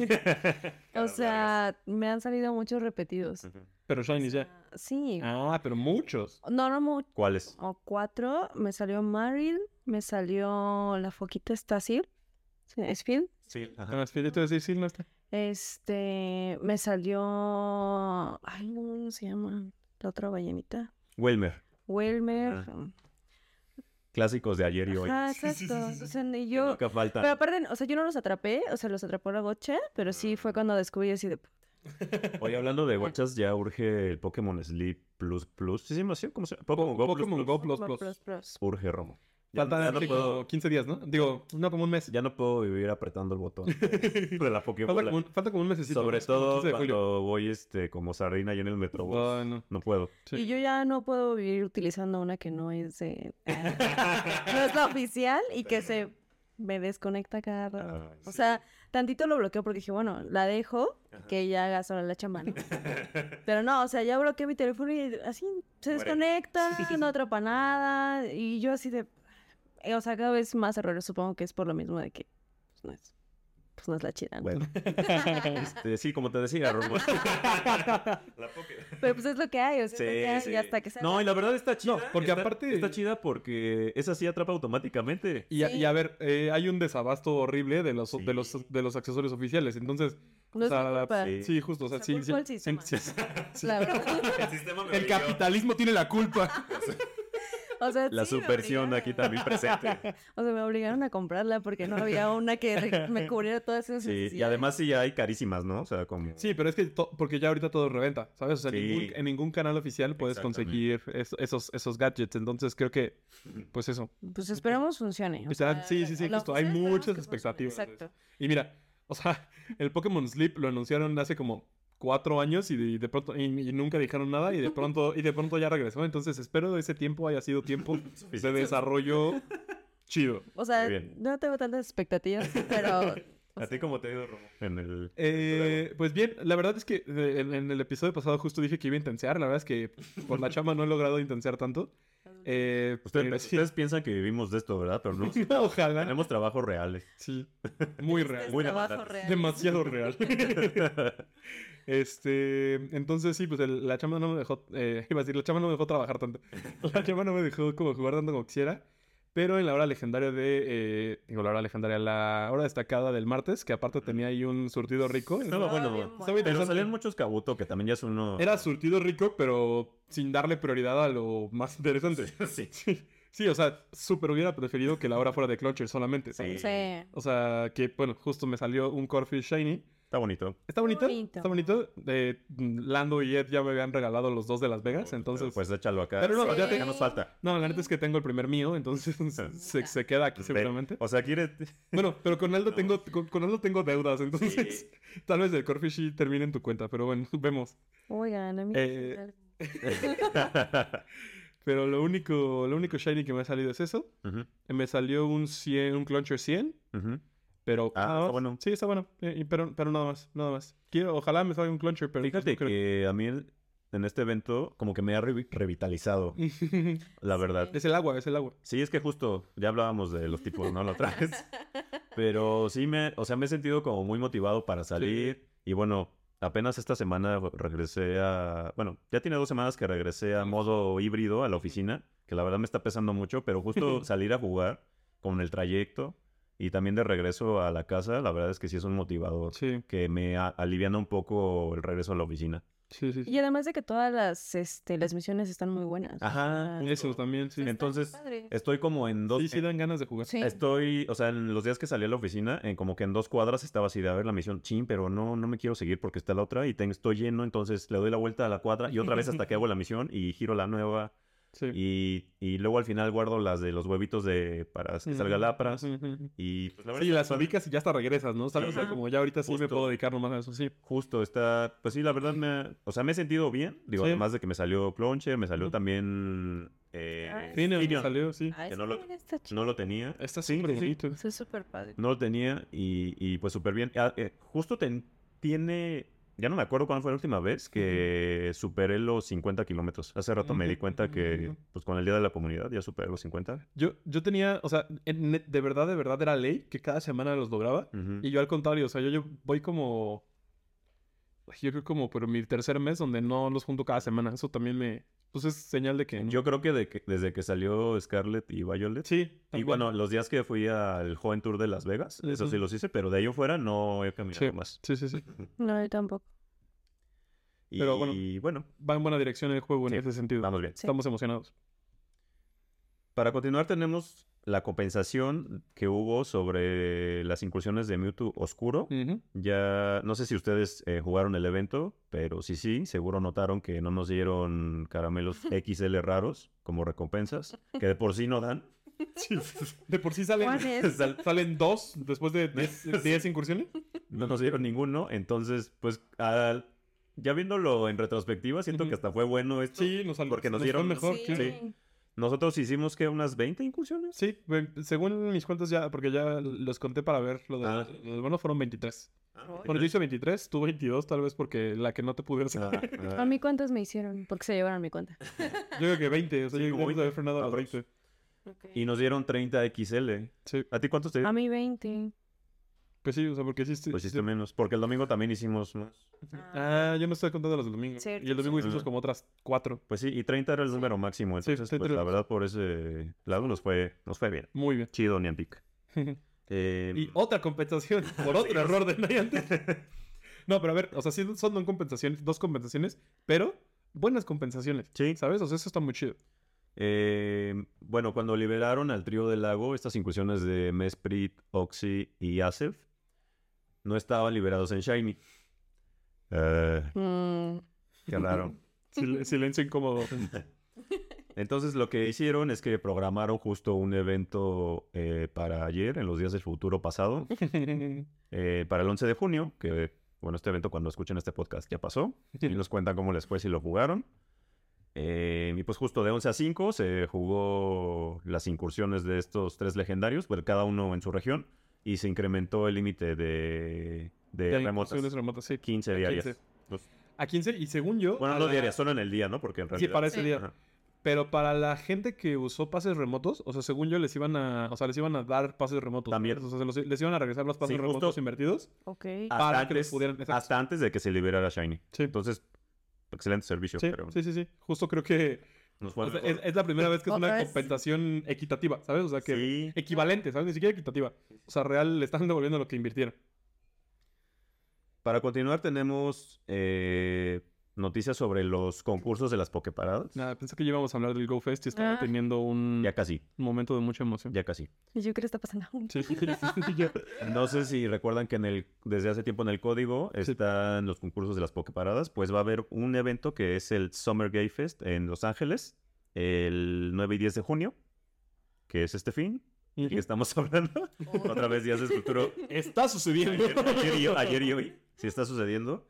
O sea, me han salido muchos repetidos. Ujú. Pero shinies ya. Ah, Sí. Ah, pero muchos. No, no mucho. ¿Cuáles? O cuatro. Me salió Marill. Me salió la foquita Stasil. ¿Es Phil? Sí. Ah, espíritu de decir, sí, no está. Este. Me salió. Ay, ¿cómo se llama? La otra ballenita. Welmer. Wilmer. Ah. Clásicos de ayer y hoy. Ajá, Sí, sí, exacto. sí, sí. O sea, ni Que yo. Nunca falta. Pero aparte, o sea, yo no los atrapé. O sea, los atrapó la gocha. Pero sí fue cuando descubrí así de. Hoy hablando de guachas, ya urge el Pokémon Sleep Plus Plus. ¿Sí se llama así? ¿Cómo se llama? Pokémon Go Plus Pokémon Plus. Go Plus Plus, Plus. plus, plus. Urge, Romo. Ya, Faltan ya no así puedo, como quince días, ¿no? Digo, no, como un mes. ya no puedo vivir apretando el botón de la Falta Pokébola. como un, falta como un mesecito. Sobre ¿no? Como todo quince de julio. cuando voy este como sardina ahí en el Metrobús. Ay, no. No puedo. Sí. Y yo ya no puedo vivir utilizando una que no es de... no es la oficial y que se me desconecta cada rato. Ay, O sí. sea, tantito lo bloqueo porque dije, bueno, la dejo, Ajá. que ella haga sola la chamba, ¿no? Pero no, o sea, ya bloqueé mi teléfono y así se Muere. desconecta, no atrapa nada. Y yo así de... O sea, cada vez más errores, supongo que es por lo mismo de que pues, no es, pues, no es la chida, ¿no? Bueno. Este, sí, como te decía, Romo. La Poké- Pero pues es lo que hay, o sea, Sí, es lo que hay, sí. y hasta que se No, y la verdad está chida. No, porque está, aparte- Está chida porque esa sí atrapa automáticamente. Y, a, Sí. y a ver, eh, hay un desabasto horrible de los, Sí. de los, de los accesorios oficiales. Entonces, No es o sea, mi culpa. sí. sí, justo. O sea, Se sí, culpó sí, el sistema. sí, sí, sí. La verdad. El sistema me El capitalismo tiene la culpa. O sea, La sí, me subversión obligaron. aquí también presente. O sea, me obligaron a comprarla porque no había una que re- me cubriera todas esas Sí, y necesidades. además sí hay carísimas, ¿no? O sea, como... Sí, pero es que to- porque ya ahorita todo es reventa, ¿sabes? O sea, Sí. ningún- en ningún canal oficial puedes conseguir es- esos, esos gadgets. Entonces creo que, pues eso. Pues esperemos funcione. o Está- sea, sí, sí, sí, la justo. Hay oficial esperemos muchas que expectativas de funcione. Exacto. Y mira, o sea, el Pokémon Sleep lo anunciaron hace como cuatro años y de, de pronto y, y nunca dijeron nada y de pronto y de pronto ya regresó. Entonces espero ese tiempo haya sido tiempo de desarrollo chido. O sea, Muy bien. no tengo tantas expectativas, pero... ¿A ti cómo te ha ido, Romo? En el... Eh, pues bien, la verdad es que eh, en, en el episodio pasado justo dije que iba a intensear. La verdad es que por la chamba no he logrado intensear tanto. Eh, Ustedes, pero sí. ustedes piensan que vivimos de esto, ¿verdad? Pero no. Ojalá. Tenemos trabajos reales. Sí, muy Este real. es Muy trabajo demandante. real. Demasiado real. Este, entonces sí, pues el- la chamba no me dejó, eh, iba a decir, la chamba no me dejó trabajar tanto. La chamba no me dejó como jugar tanto como quisiera. Pero en la hora legendaria de, eh, digo, la hora legendaria, la hora destacada del martes, que aparte tenía ahí un surtido rico. Estaba bueno. bien Estaba bueno. Pero salían muchos Kabuto, que también ya es uno... Era surtido rico, pero sin darle prioridad a lo más interesante. Sí. Sí, sí, o sea, súper hubiera preferido que la hora fuera de Clutcher solamente. Sí. Sí. O sea, que, bueno, justo me salió un Corfish Shiny. Está bonito. Está bonito, bonito. está bonito. Eh, Lando y Ed ya me habían regalado los dos de Las Vegas, entonces... Pues échalo acá. Pero no, Sí. ya te- Ya nos falta. No, la neta es que tengo el primer mío, entonces se, se queda aquí seguramente. O sea, quiere... Bueno, pero con Aldo tengo, con, con Aldo tengo deudas, entonces tal vez el Corfish sí termine en tu cuenta, pero bueno, vemos. Oigan, a mí... Eh, Pero lo único, lo único shiny que me ha salido es eso. Ujú, Me salió un cien, un Cluncher cien, ujú. pero Ah, nada está más. bueno. Sí, está bueno, eh, y- pero, pero nada más, nada más. Quiero, ojalá me salga un Cluncher, pero Fíjate no creo. que a mí el- en este evento como que me ha revi- revitalizado, la verdad. Es el agua, es el agua. Sí, es que justo ya hablábamos de los tipos, ¿no? La otra vez. Pero sí me, o sea, me he sentido como muy motivado para salir. Y bueno, apenas esta semana regresé a, bueno, ya tiene dos semanas que regresé a modo híbrido a la oficina, que la verdad me está pesando mucho, pero justo salir a jugar con el trayecto y también de regreso a la casa, la verdad es que sí es un motivador Sí, que me a- aliviana un poco el regreso a la oficina. sí, sí. sí. Y además de que todas las, este, las misiones están muy buenas. Ajá, O sea, Eso también, sí. está Entonces, padre. estoy como en dos... Sí, sí dan ganas de jugar. Sí. Estoy, o sea, en los días que salí a la oficina, en como que en dos cuadras estaba así de a ver la misión, chin, pero no, no me quiero seguir porque está la otra y tengo, estoy lleno, entonces le doy la vuelta a la cuadra y otra vez hasta que hago la misión y giro la nueva Sí. y, y luego al final guardo las de los huevitos de para que salga Lapras Ujú, ujú. y pues la verdad Sí, es que las está- ubicas y ya hasta regresas, ¿no? ¿Sabes? O sea, Ajá. como ya ahorita sí me Justo. puedo dedicar nomás a eso, sí. justo está, pues sí, la verdad me, ha- o sea, me he sentido bien, digo, Sí. además de que me salió Ploncher, me salió Ujú. también eh, Ay, Fino, Finion. salió, sí. Ah, que ese no lo- también está chido. no lo tenía. Está Sí, súper sí, sí. bonito. Eso es súper padre. No lo tenía y, y pues súper bien. Ah, eh, justo ten- tiene... Ya no me acuerdo cuándo fue la última vez que superé los cincuenta kilómetros. Hace rato me di Ujú, cuenta que, ujú. pues con el Día de la Comunidad ya superé los cincuenta. Yo, yo tenía, o sea, en- de verdad, de verdad era ley que cada semana los lograba. Ujú. Y yo al contrario, o sea, yo, yo voy como... Yo creo como por mi tercer mes donde no los junto cada semana. Eso también me... Pues es señal de que... Yo creo que, de que- desde que salió Scarlet y Violet. Sí. Y también. bueno, los días que fui al Joven Tour de Las Vegas, eso sí Ujú. los hice, pero de ahí en fuera no he caminado Sí. más. Sí, sí, sí. No, yo tampoco. Y Pero bueno. bueno, Va en buena dirección el juego en Sí, ese sentido. vamos bien. Sí. Estamos emocionados. Para continuar tenemos la compensación que hubo sobre las incursiones de Mewtwo Oscuro. Ujú. Ya, no sé si ustedes eh, jugaron el evento, pero sí, sí, seguro notaron que no nos dieron caramelos equis ele raros como recompensas, que de por sí no dan. Sí. De por sí salen, ¿Cuál es? sal- salen dos después de diez incursiones. No nos dieron ninguno, entonces, pues, al- ya viéndolo en retrospectiva, siento Ujú. que hasta fue bueno esto. Sí, nos, sal- Porque nos fue dieron- mejor. Sí. Sí. Sí. Nosotros hicimos, que ¿Unas veinte incursiones? Sí, ve- según mis cuentas ya, porque ya los conté para ver lo de... Ah. lo de- bueno, fueron veintitrés. Ay. Bueno, yo hice veintitrés, tú veintidós, tal vez porque la que no te pude hacer. Ah, ah. ¿A mí cuántas me hicieron? Porque se llevaron mi cuenta. Yo creo que veinte, o sea, Sí, yo como creo que haber frenado a los veinte. veinte. Y nos dieron treinta equis ele. Sí, ¿A ti cuántos te A dieron? mí veinte. pues sí, o sea, porque hiciste... Pues hiciste sí. menos, porque el domingo también hicimos más. Ah, yo no estoy contando los del domingo. Cierto, Y el domingo sí. hicimos como otras cuatro. Pues sí, y treinta era el Sí. número máximo, Sí, entonces, sí, pues pero- la verdad por ese lado nos fue, nos fue bien. Muy bien. Chido, Niantic. Eh, Y otra compensación por otro error de Niantic. No, pero a ver, o sea, sí son dos compensaciones, dos compensaciones, pero buenas compensaciones. Sí. ¿Sabes? O sea, eso está muy chido. Eh, bueno, cuando liberaron al trío del lago, estas incursiones de Mesprit, Oxy y Asef no estaban liberados en Shiny. Eh, Mm, qué raro. Sil- silencio incómodo. Entonces lo que hicieron es que programaron justo un evento eh, para ayer, en los días del futuro pasado, eh, para el once de junio, que bueno, este evento cuando escuchen este podcast ya pasó, y nos cuentan cómo les fue si lo jugaron. Eh, y pues justo de once a cinco se jugó las incursiones de estos tres legendarios, pero cada uno en su región, y se incrementó el límite de, de Ya, remotas, incursiones remotas, sí. quince A diarias. quince. Los- A quince, y según yo... Bueno, a no la- diarias, solo en el día, ¿no? Porque en Sí, realidad... para ese Sí. día. Ajá. Pero para la gente que usó pases remotos, o sea, según yo les iban a... O sea, les iban a dar pases remotos. También. ¿sabes? O sea, se los- les iban a regresar los pases Sí, remotos justo- invertidos. ok. Hasta Para que los antes, pudieran- exacto. hasta antes de que se liberara Shiny. Sí. Entonces, excelente servicio. Sí, pero sí, sí, sí. Justo creo que... nos fue o sea, mejor. es, es la primera vez que es ¿Otra una vez? compensación equitativa, ¿sabes? O sea, que... Sí. Equivalente, ¿sabes? Ni siquiera equitativa. O sea, real, le están devolviendo lo que invirtieron. Para continuar tenemos eh, noticias sobre los concursos de las Poképaradas. Nada, pensé que ya íbamos a hablar del GoFest y estaba Ah. teniendo un Ya casi, momento de mucha emoción. ya casi. ¿Y yo qué le está pasando? Sí, sí, sí, sí, ya. No sé si recuerdan que en el, desde hace tiempo en el código Sí. están los concursos de las Poképaradas. Pues va a haber un evento que es el Summer Gay Fest en Los Ángeles, el nueve y diez de junio, que es este fin, y que estamos hablando. Otra vez días de futuro. Está sucediendo. Ayer, ayer y, ayer y hoy, sí está sucediendo.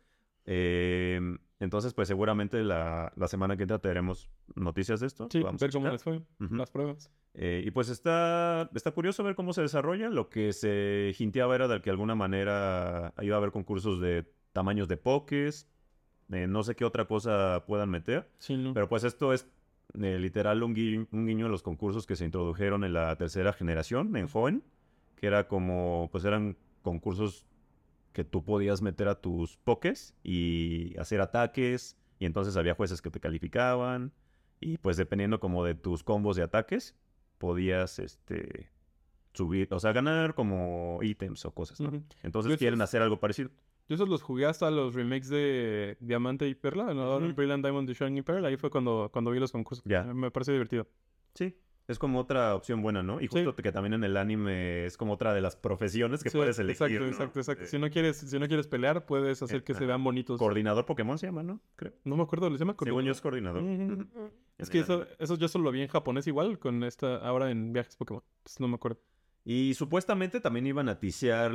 Eh, entonces, pues seguramente la, la semana que entra tendremos noticias de esto. Sí, Vamos a ver cómo checar. les fue, Ujú. las pruebas. Eh, y pues está, está curioso ver cómo se desarrolla. Lo que se hinteaba era de que de alguna manera iba a haber concursos de tamaños de pokés. eh, no sé qué otra cosa puedan meter. Sí, no. Pero pues esto es eh, literal un guiño, un guiño a los concursos que se introdujeron en la tercera generación, en Joven. Que era como, pues eran concursos que tú podías meter a tus pokés y hacer ataques. Y entonces había jueces que te calificaban. Y pues dependiendo como de tus combos de ataques, podías este subir, o sea, ganar como ítems o cosas, ¿no? Ujú. Entonces Yo quieren esos- hacer algo parecido. Yo esos los jugué hasta los remakes de Diamante y Perla, ¿no? Ujú. Brilliant Diamond y Shining Pearl. Ahí fue cuando, cuando vi los concursos. Ya. Me parece divertido. Sí, es como otra opción buena, ¿no? Y justo que también en el anime es como otra de las profesiones que Sí, puedes elegir, Exacto, ¿no? exacto, exacto. Eh, Si no quieres, si no quieres pelear, puedes hacer que se ajá. vean bonitos. Coordinador Pokémon se llama, ¿no? Creo. No me acuerdo, ¿le llama Según yo coordinador? es coordinador. Ujú. Ujú. Es En que el eso, anime. eso yo solo lo vi en japonés igual, con esta, ahora en viajes Pokémon. Pues no me acuerdo. Y supuestamente también iban a tisear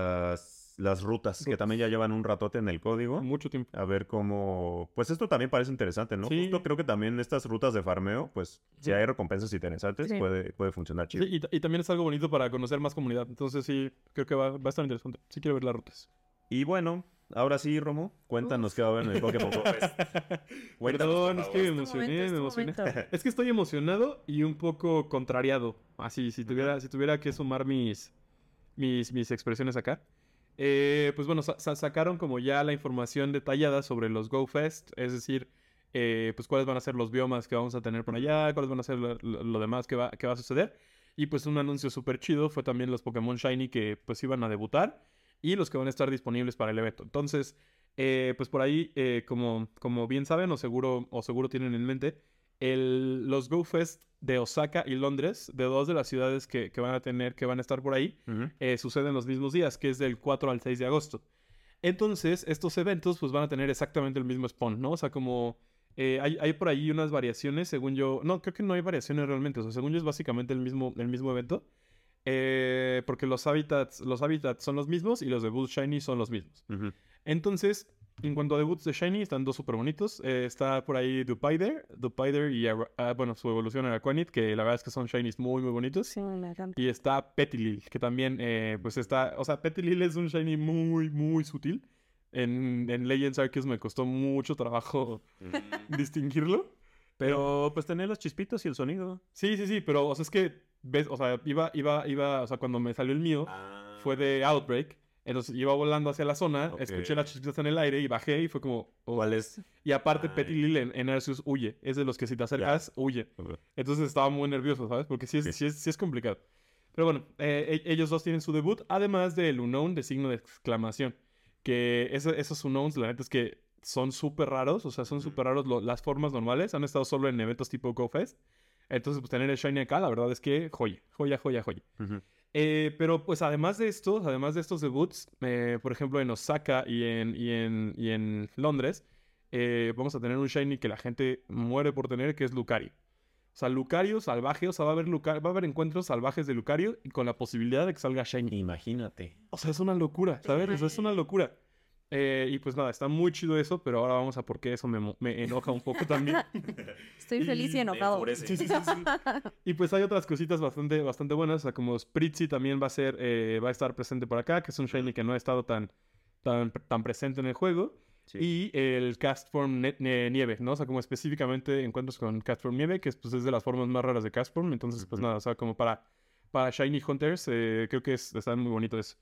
las, las rutas, que Rutas. también ya llevan un ratote en el código. Mucho tiempo. A ver cómo... Pues esto también parece interesante, ¿no? Sí. Justo creo que también estas rutas de farmeo, pues si Ujú. hay recompensas interesantes, Sí. puede, puede funcionar chido. Sí, y, ta- y también es algo bonito para conocer más comunidad. Entonces sí, creo que va, va a estar interesante. Sí quiero ver las rutas. Y bueno, ahora sí, Romo, cuéntanos Uf. qué va a haber en el Pokémon Go Fest. Cuéntanos, Perdón, por es favor. que me Este emocioné, momento, me este emocioné. momento. Es que estoy emocionado y un poco contrariado. Así, si tuviera, si tuviera que sumar mis, mis, mis expresiones acá. Eh, pues bueno, sa- sa- sacaron como ya la información detallada sobre los Go Fest. Es decir, eh, pues cuáles van a ser los biomas que vamos a tener por allá, cuáles van a ser lo, lo- lo demás que va, que va a suceder. Y pues un anuncio súper chido fue también los Pokémon Shiny que pues iban a debutar y los que van a estar disponibles para el evento. Entonces, eh, pues por ahí, eh, como, como bien saben o seguro, o seguro tienen en mente, el, los Go Fest de Osaka y Londres, de dos de las ciudades que, que van a tener, que van a estar por ahí, Ujú. eh, suceden los mismos días, que es del cuatro al seis de agosto. Entonces, estos eventos pues van a tener exactamente el mismo spawn, ¿no? O sea, como eh, hay, hay por ahí unas variaciones, según yo... No, creo que no hay variaciones realmente. O sea, según yo es básicamente el mismo, el mismo evento. Eh, porque los hábitats, los hábitats son los mismos y los debuts Shiny son los mismos. Ujú. Entonces, en cuanto a debuts de Shiny, están dos súper bonitos. Eh, está por ahí Dupaider, Dupaider y, Ara- ah, bueno, su evolución Araquanid, que la verdad es que son Shinies muy, muy bonitos. Sí, me encanta. Y está Petilil, que también, eh, pues está... O sea, Petilil es un Shiny muy, muy sutil. En, en Legends Arceus me costó mucho trabajo distinguirlo. Pero pues tener las chispitas y el sonido. Sí, sí, sí, pero, o sea, es que, ves, o sea, iba, iba, iba, o sea, cuando me salió el mío, fue de Outbreak. Entonces iba volando hacia la zona, Ok. escuché las chispitas en el aire y bajé y fue como... oh. ¿Cuál es? Y aparte, Ay. Petilil en, en Arceus huye. Es de los que si te acercas, huye. Entonces estaba muy nervioso, ¿sabes? Porque sí es, Sí. sí es, sí es complicado. Pero bueno, eh, e- ellos dos tienen su debut, además del Unknown de signo de exclamación. Que ese- esos Unknowns, la neta es que son súper raros, o sea, son súper raros lo- las formas normales. Han estado solo en eventos tipo GoFest. Entonces, pues tener el Shiny acá, la verdad es que joya, joya, joya, joya. Ujú. Eh, pero pues además de estos, además de estos debuts, eh, por ejemplo en Osaka y en, y en, y en Londres, eh, vamos a tener un Shiny que la gente muere por tener, que es Lucario. O sea, Lucario salvaje, o sea, va a haber, Luca- va a haber encuentros salvajes de Lucario y con la posibilidad de que salga Shiny. Imagínate. O sea, es una locura, ¿sabes? O sea, es una locura. Eh, y pues nada, está muy chido eso, pero ahora vamos a por qué eso me, mo- me enoja un poco también. Estoy feliz y enojado. Sí, sí, sí, sí. Y pues hay otras cositas bastante, bastante buenas, o sea, como Spritzy también va a ser, eh, va a estar presente por acá, que es un Shiny que no ha estado tan, tan, tan presente en el juego. Sí. Y el Castform ne- ne- Nieve, ¿no? O sea, como específicamente encuentros con Castform Nieve, que es, pues, es de las formas más raras de Castform. Entonces, pues Ujú. nada, o sea, como para, para Shiny Hunters, eh, creo que es, está muy bonito eso.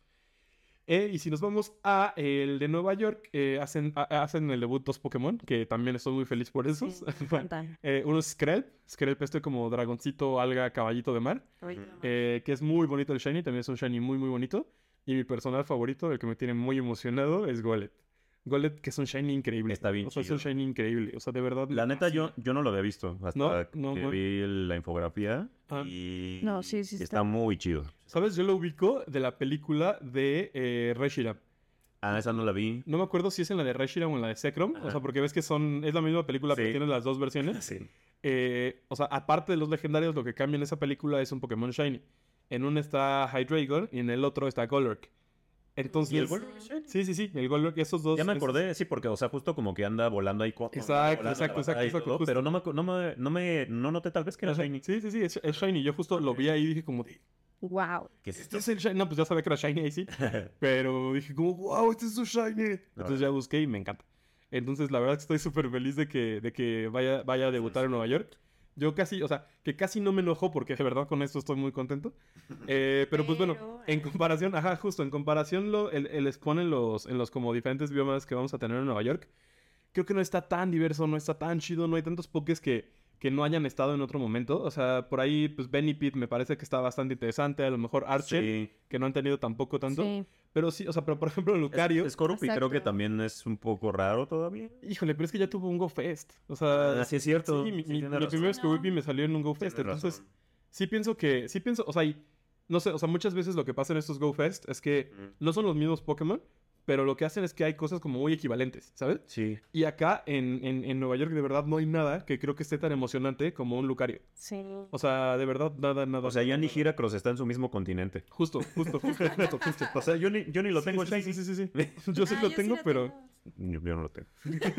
Eh, y si nos vamos a el de Nueva York, eh, hacen, a- hacen el debut dos Pokémon, que también estoy muy feliz por esos. Sí, me encantan. Eh, uno es Skrelp, Skrelp este como dragoncito, alga, caballito de mar, eh, que es muy bonito el Shiny, también es un Shiny muy muy bonito. Y mi personal favorito, el que me tiene muy emocionado, es Golett. Golett, que es un Shiny increíble. Está bien O sea, es un chido. Shiny increíble, o sea, de verdad. La me neta, yo, fascina. yo no lo había visto hasta ¿No? que No, güey. vi la infografía Ah. y No, sí, sí está. está. muy chido. ¿Sabes? Yo lo ubico de la película de eh, Reshiram. Ah, esa no la vi. No me acuerdo si es en la de Reshiram o en la de Zekrom, o Ajá. sea, porque ves que son, es la misma película, pero Sí. tiene las dos versiones. Sí. Eh, o sea, aparte de los legendarios, lo que cambia en esa película es un Pokémon Shiny. En uno está Hydreigon y en el otro está Golurk. Entonces, ¿Y el Golurk es Shiny? Sí, sí, sí, el Golurk, esos dos. Ya me esos- acordé, sí, porque, o sea, justo como que anda volando ahí. co- Exacto, volando exacto, la batalla y exacto, todo, justo. pero no me, acu- no me, no me, no noté tal vez que era Ajá. Shiny. Sí, sí, sí, es, es Shiny. Yo justo lo vi ahí y dije como, de, Wow. ¿Qué es ¿este esto? es el Shiny? No, pues ya sabía que era Shiny ahí sí. Pero dije como, wow, este es su Shiny. Entonces ya busqué y me encanta. Entonces la verdad que estoy súper feliz de que, de que vaya, vaya a debutar en Nueva York. Yo casi, o sea, que casi no me enojo porque de verdad con esto estoy muy contento. Eh, pero pues bueno, Pero, en comparación, ajá, justo, en comparación lo, el, el spawn en los, en los como diferentes biomas que vamos a tener en Nueva York, creo que no está tan diverso, no está tan chido, no hay tantos pokés que, que no hayan estado en otro momento. O sea, por ahí, pues Benipede me parece que está bastante interesante, a lo mejor Archer, Sí. que no han tenido tampoco tanto. Sí. Pero sí, o sea, pero por ejemplo Lucario, Es, Skorupi creo que Exacto. también es un poco raro todavía. híjole, pero es que ya tuvo un Go Fest. O sea, Ah, sí es cierto. sí, mi, Sí, mi- tienes mi razón. primer Sí, Skorupi no. me salió en un Go Tienes Fest. Entonces, razón. sí pienso que, sí pienso, o sea, y- no sé, o sea, muchas veces lo que pasa en estos Go Fest es que Ujú. no son los mismos Pokémon, pero lo que hacen es que hay cosas como muy equivalentes, ¿sabes? Sí. Y acá en, en, en Nueva York de verdad no hay nada que creo que esté tan emocionante como un Lucario. Sí. O sea, de verdad, nada, nada. O sea, ya nada, ni nada. Heracross está en su mismo continente. Justo, justo, justo, justo, justo. O sea, yo ni, yo ni lo Sí, tengo sí, Shiny. sí, sí, sí, sí. Yo sí Ah, lo tengo, pero... Yo, yo no lo tengo.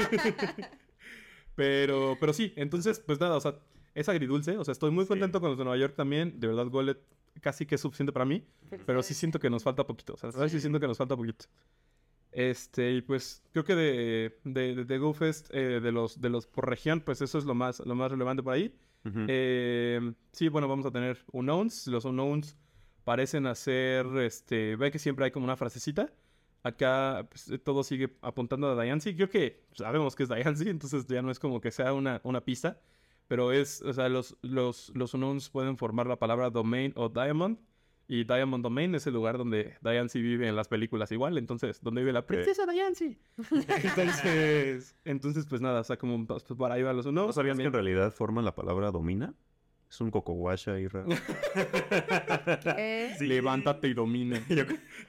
Pero, pero sí, entonces, pues nada, o sea, es agridulce. O sea, estoy muy Sí. contento con los de Nueva York también. De verdad, Golett casi que es suficiente para mí. Pero sí siento que nos falta poquito. O sea, ¿sabes? Sí siento que nos falta poquito. Este, y pues creo que de, de, de, de GoFest, eh, de los, de los por región, pues eso es lo más, lo más relevante por ahí. Ujú. Eh, sí, bueno, vamos a tener unknowns. Los unknowns parecen hacer, este, ve que siempre hay como una frasecita. Acá pues, todo sigue apuntando a Diancie. Creo que sabemos que es Diancie, entonces ya no es como que sea una, una pista. Pero es, o sea, los, los, los unknowns pueden formar la palabra domain o diamond. Y Diamond Domain es el lugar donde Diancie vive en las películas igual. Entonces, donde vive la princesa Diancie. entonces, entonces, pues nada, o sea, como pues, para ahí van los unknowns. ¿No sabías que en También- realidad forman la palabra domina? Es un cocoguasha ahí raro. ¿Qué? Sí. Levántate y domina. Yo-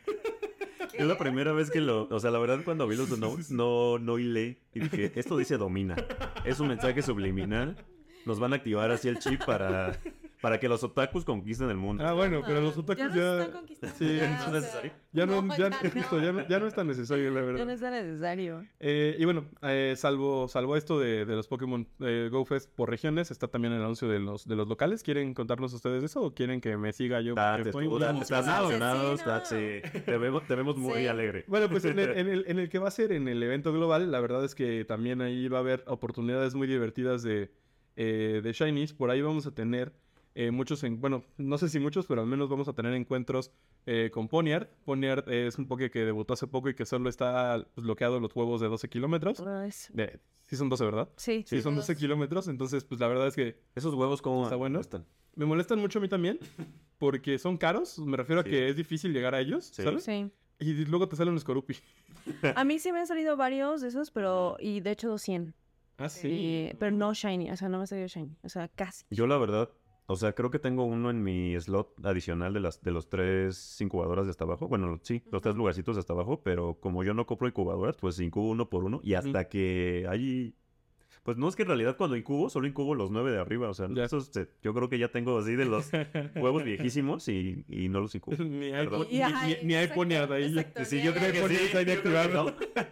Es la primera vez que lo... O sea, la verdad, cuando vi los unknowns, no, no hilé. Y dije, esto dice domina. Es un mensaje subliminal. Nos van a activar así el chip para, para que los otakus conquisten el mundo. Ah, bueno, pero los otakus ya. nos ya... están conquistando, Sí, ya, ¿no es o necesario? sea, Ya no, ya, no. justo, ya, no, ya no es tan necesario, la Ya verdad. no es tan necesario. Eh, y bueno, eh, salvo, salvo esto de, de los Pokémon eh, Go Fest por regiones, está también el anuncio de los, de los locales. ¿Quieren contarnos ustedes eso o quieren que me siga yo? Ah, Porque te- estoy tú- muy estás emocionado. emocionado, Sí, estás- no. sí. Te vemos, te vemos muy Sí. alegre. Bueno, pues en el, en, el, en el que va a ser en el evento global, la verdad es que también ahí va a haber oportunidades muy divertidas de, eh, de Shinies. Por ahí vamos a tener eh, muchos, en, bueno, no sé si muchos, pero al menos vamos a tener encuentros eh, con Ponyard. Ponyard es un Poké que debutó hace poco y que solo está pues, bloqueado los huevos de doce kilómetros. Ay, sí. De- sí son doce, ¿verdad? Sí, Sí, son doce kilómetros, entonces pues la verdad es que ¿Esos huevos cómo ¿Está bueno? están? me molestan mucho a mí también porque son caros, me refiero Sí. a que es difícil llegar a ellos, Sí. ¿sabes? Sí. Y luego te salen un Scorupi. A mí sí me han salido varios de esos, pero... Y de hecho, doscientos. Ah, sí. Eh, pero no shiny, o sea, no me salió shiny, o sea, casi. Yo la verdad, o sea, creo que tengo uno en mi slot adicional de las de los tres incubadoras de hasta abajo. Bueno, sí, los tres Ujú. lugarcitos de hasta abajo, pero como yo no compro incubadoras, pues incubo uno por uno y hasta Ujú. que hay... Pues no, es que en realidad cuando incubo, solo incubo los nueve de arriba, o sea, Ya. esos se- yo creo que ya tengo así de los huevos viejísimos y, y no los incubo. Ni Perdón. iPhone, Y, ajá, ni, ni, ni exacto, iPhone ni nada ahí. exacto, Sí, ni yo creo que iPhone. sí. Está yo creo que inactivado. no.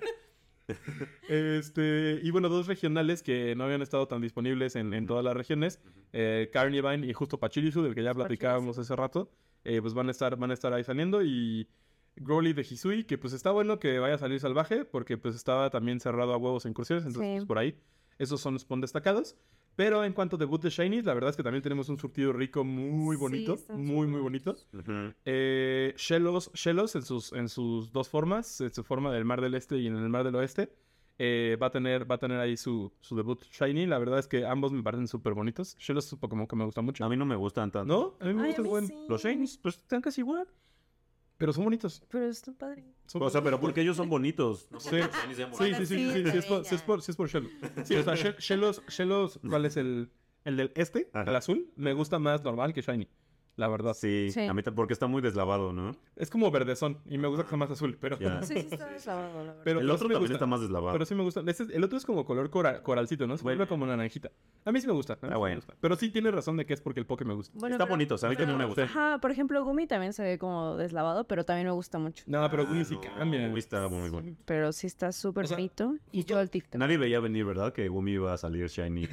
Este, y bueno, dos regionales que no habían estado tan disponibles en, en todas las regiones, eh, Carnivine y justo Pachirisu, del que ya platicábamos hace rato, eh, pues van a estar, van a estar ahí saliendo. Y Growly de Hisui, que pues está bueno que vaya a salir salvaje, porque pues estaba también cerrado a huevos e incursiones, entonces Sí. pues, por ahí, esos son spawn destacados. Pero en cuanto a debut de Shinies, la verdad es que también tenemos un surtido rico muy Sí, bonito, están muy, súper muy bonito. Ujú. Eh, Shellos, Shellos en sus, en sus dos formas, en su forma del Mar del Este y en el Mar del Oeste, eh, va a tener, va a tener ahí su, su debut Shiny. La verdad es que ambos me parecen súper bonitos. Shellos es un Pokémon que me gusta mucho. A mí no me gustan tanto. ¿No? A mí me Ay, a gustan mí buen. sí. Los Shinies, pues están casi igual. Pero son bonitos. Pero está padre. Son O sea, pero porque ellos son bonitos. No Sí. porque los Shinies sean Sí, bonitos. sí, sí, sí, sí, Sí, sí, es por, ya. sí es por, sí es por Shellos. Sí, o sea, Shel- Shellos, Shellos, ¿cuál es el, el del este? Ajá. El azul. Me gusta más normal que Shiny. La verdad. Sí, Sí. a mí ta- porque está muy deslavado, ¿no? Es como verdezón y me gusta que sea más azul, pero... Ya. Sí, sí está deslavado, la verdad. Pero El pero otro sí me también gusta. está más deslavado. Pero sí me gusta. Este- el otro es como color cora- coralcito, ¿no? Se vuelve Bueno. como naranjita. A mí sí me gusta. a mí sí me bueno. gusta. Pero sí tiene razón de que es porque el Poké me gusta. Bueno, Está pero- bonito, o sea, a mí también me gusta. Ajá, por ejemplo, Gumi también se ve como deslavado, pero también me gusta mucho. No, pero Ah, Gumi sí no, cambia. Gumi está muy bueno. Pero sí está súper O sea, bonito. Y justo- yo el TikTok. Nadie veía venir, ¿verdad? Que Gumi iba a salir shiny.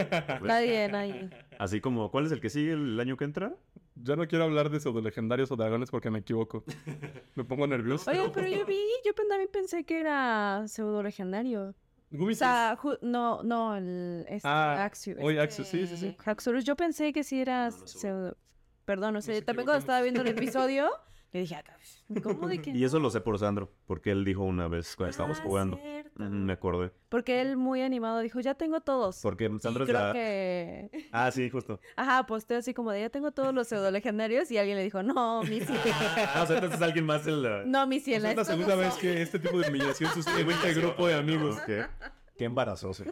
Nadie, nadie. Así como, ¿cuál es el que sigue el año que entra? Ya no quiero hablar de pseudo-legendarios o dragones porque me equivoco. Me pongo nervioso. Oye, pero yo vi, yo pen- también pensé que era pseudo legendario. Gumi O sí sea, ju- no, no, el este, Ah, Axio. oye, este, Axio, sí, sí, sí. Haxorus, yo pensé que sí era No, no, seguro. pseudo. Perdón, o sea, Nos también cuando equivocamos. estaba viendo el episodio, le dije, "Ah, ¿cómo de que Y eso no?". lo sé por Sandro, porque él dijo una vez cuando estábamos Ah, jugando. cierto. Ujú, me acordé. Porque él muy animado dijo, ya tengo todos. Porque Y Sandro es creo la... que... Ah, sí, justo. Ajá, posteó así como de, ya tengo todos los pseudo legendarios. Y alguien le dijo, no, mi sí. Ah, o sea, entonces alguien más en la... No, mi sí, Es la segunda vez que este tipo de humillación sucede en este grupo de amigos. Qué, qué embarazoso.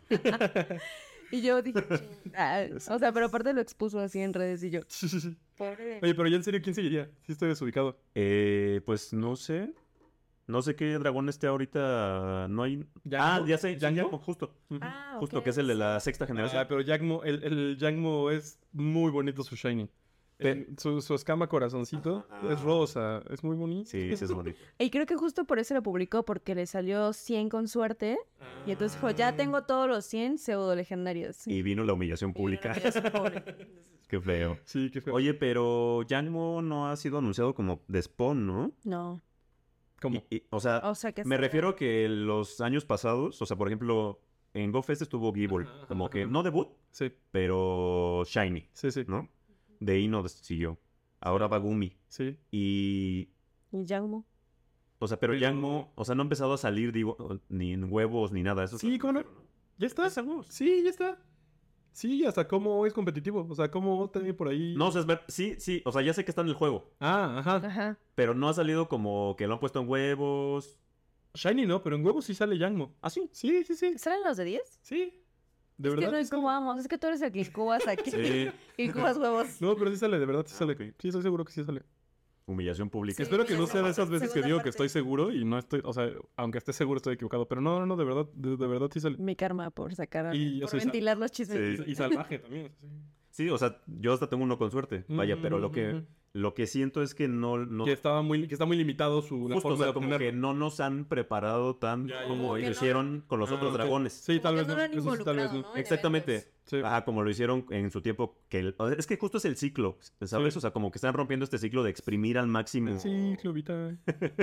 Y yo dije, "Chin". Ah, o sea, pero aparte lo expuso así en redes y yo, pobre de- Oye, pero ya en serio, ¿quién seguiría? Sí estoy desubicado. Eh, pues no sé. No sé qué dragón esté ahorita. No hay. Ah, ¿Yangmo? ya sé. ¿Yangmo? Yangmo, justo. Ah, Justo ok, que es el de sí. la sexta generación. Ah, pero Yangmo, el, el Yangmo es muy bonito su shiny. Pe- Eh, su, su escama corazoncito Ajá. es rosa, es muy bonito. Sí, sí es bonito. Y creo que justo por eso lo publicó, porque le salió cien con suerte. Y entonces dijo, ya tengo todos los cien pseudo legendarios. Y vino la humillación pública. Qué feo. Sí, qué feo. Oye, pero Yangmo no ha sido anunciado como de Spawn, ¿no? No, ¿cómo? Y- y- o sea, o sea que... me sí. refiero a que los años pasados, o sea, por ejemplo, en GoFest estuvo Gible, Ajá, como ajá, que ajá. no debut, Sí, pero Shiny, sí, sí. ¿no? De ahí no siguió. Ahora va Gumi. Sí. Y Y Yangmo. O sea, pero Pero- Yangmo, o sea, no ha empezado a salir, digo, ni en huevos ni nada. Eso Sí, es- ¿cómo no? ¿Ya está? Sí, ya está. Sí, hasta cómo es competitivo. O sea, cómo también por ahí. No, o sea, es ver- sí, sí, o sea, ya sé que está en el juego, Ah, ajá. Ajá. pero no ha salido como que lo han puesto en huevos. Shiny no, pero en huevos sí sale Yangmo. Ah, sí. Sí, sí, sí. ¿Salen los de diez? Sí. ¿De Es que verdad? no sí sale. incubamos, es que tú eres el que incubas aquí. Sí. Incubas huevos. No, pero sí sale, de verdad sí Ah, sale. ok. Sí, estoy seguro que sí sale. Humillación pública. Sí, Espero que no pues, sea de esas veces que segunda digo que parte. estoy seguro y no estoy, o sea, aunque esté seguro estoy equivocado, pero no, no, no, de verdad, de, de verdad sí sale. Mi karma por sacar, Y, o por sea, y sa- ventilar los chismes. Sí. Y, y salvaje también. o sea, sí. Sí, o sea, yo hasta tengo uno con suerte. Vaya, pero lo que, Ujú. lo que siento es que no, no Que estaba muy, que está muy limitado su la justo, o forma sea, de como dominar. que no nos han preparado tan Ya, ya, como ya. lo Que no- hicieron con los Ah, otros ok. dragones. Sí, tal Como vez que no. no lo han Eso sí, tal vez involucrado, no. ¿no? En Exactamente. eventos. Sí. Ajá, como lo hicieron en su tiempo. Que el- o sea, es que justo es el ciclo, ¿sabes? Sí. O sea, como que están rompiendo este ciclo de exprimir al máximo. Sí, Clovita.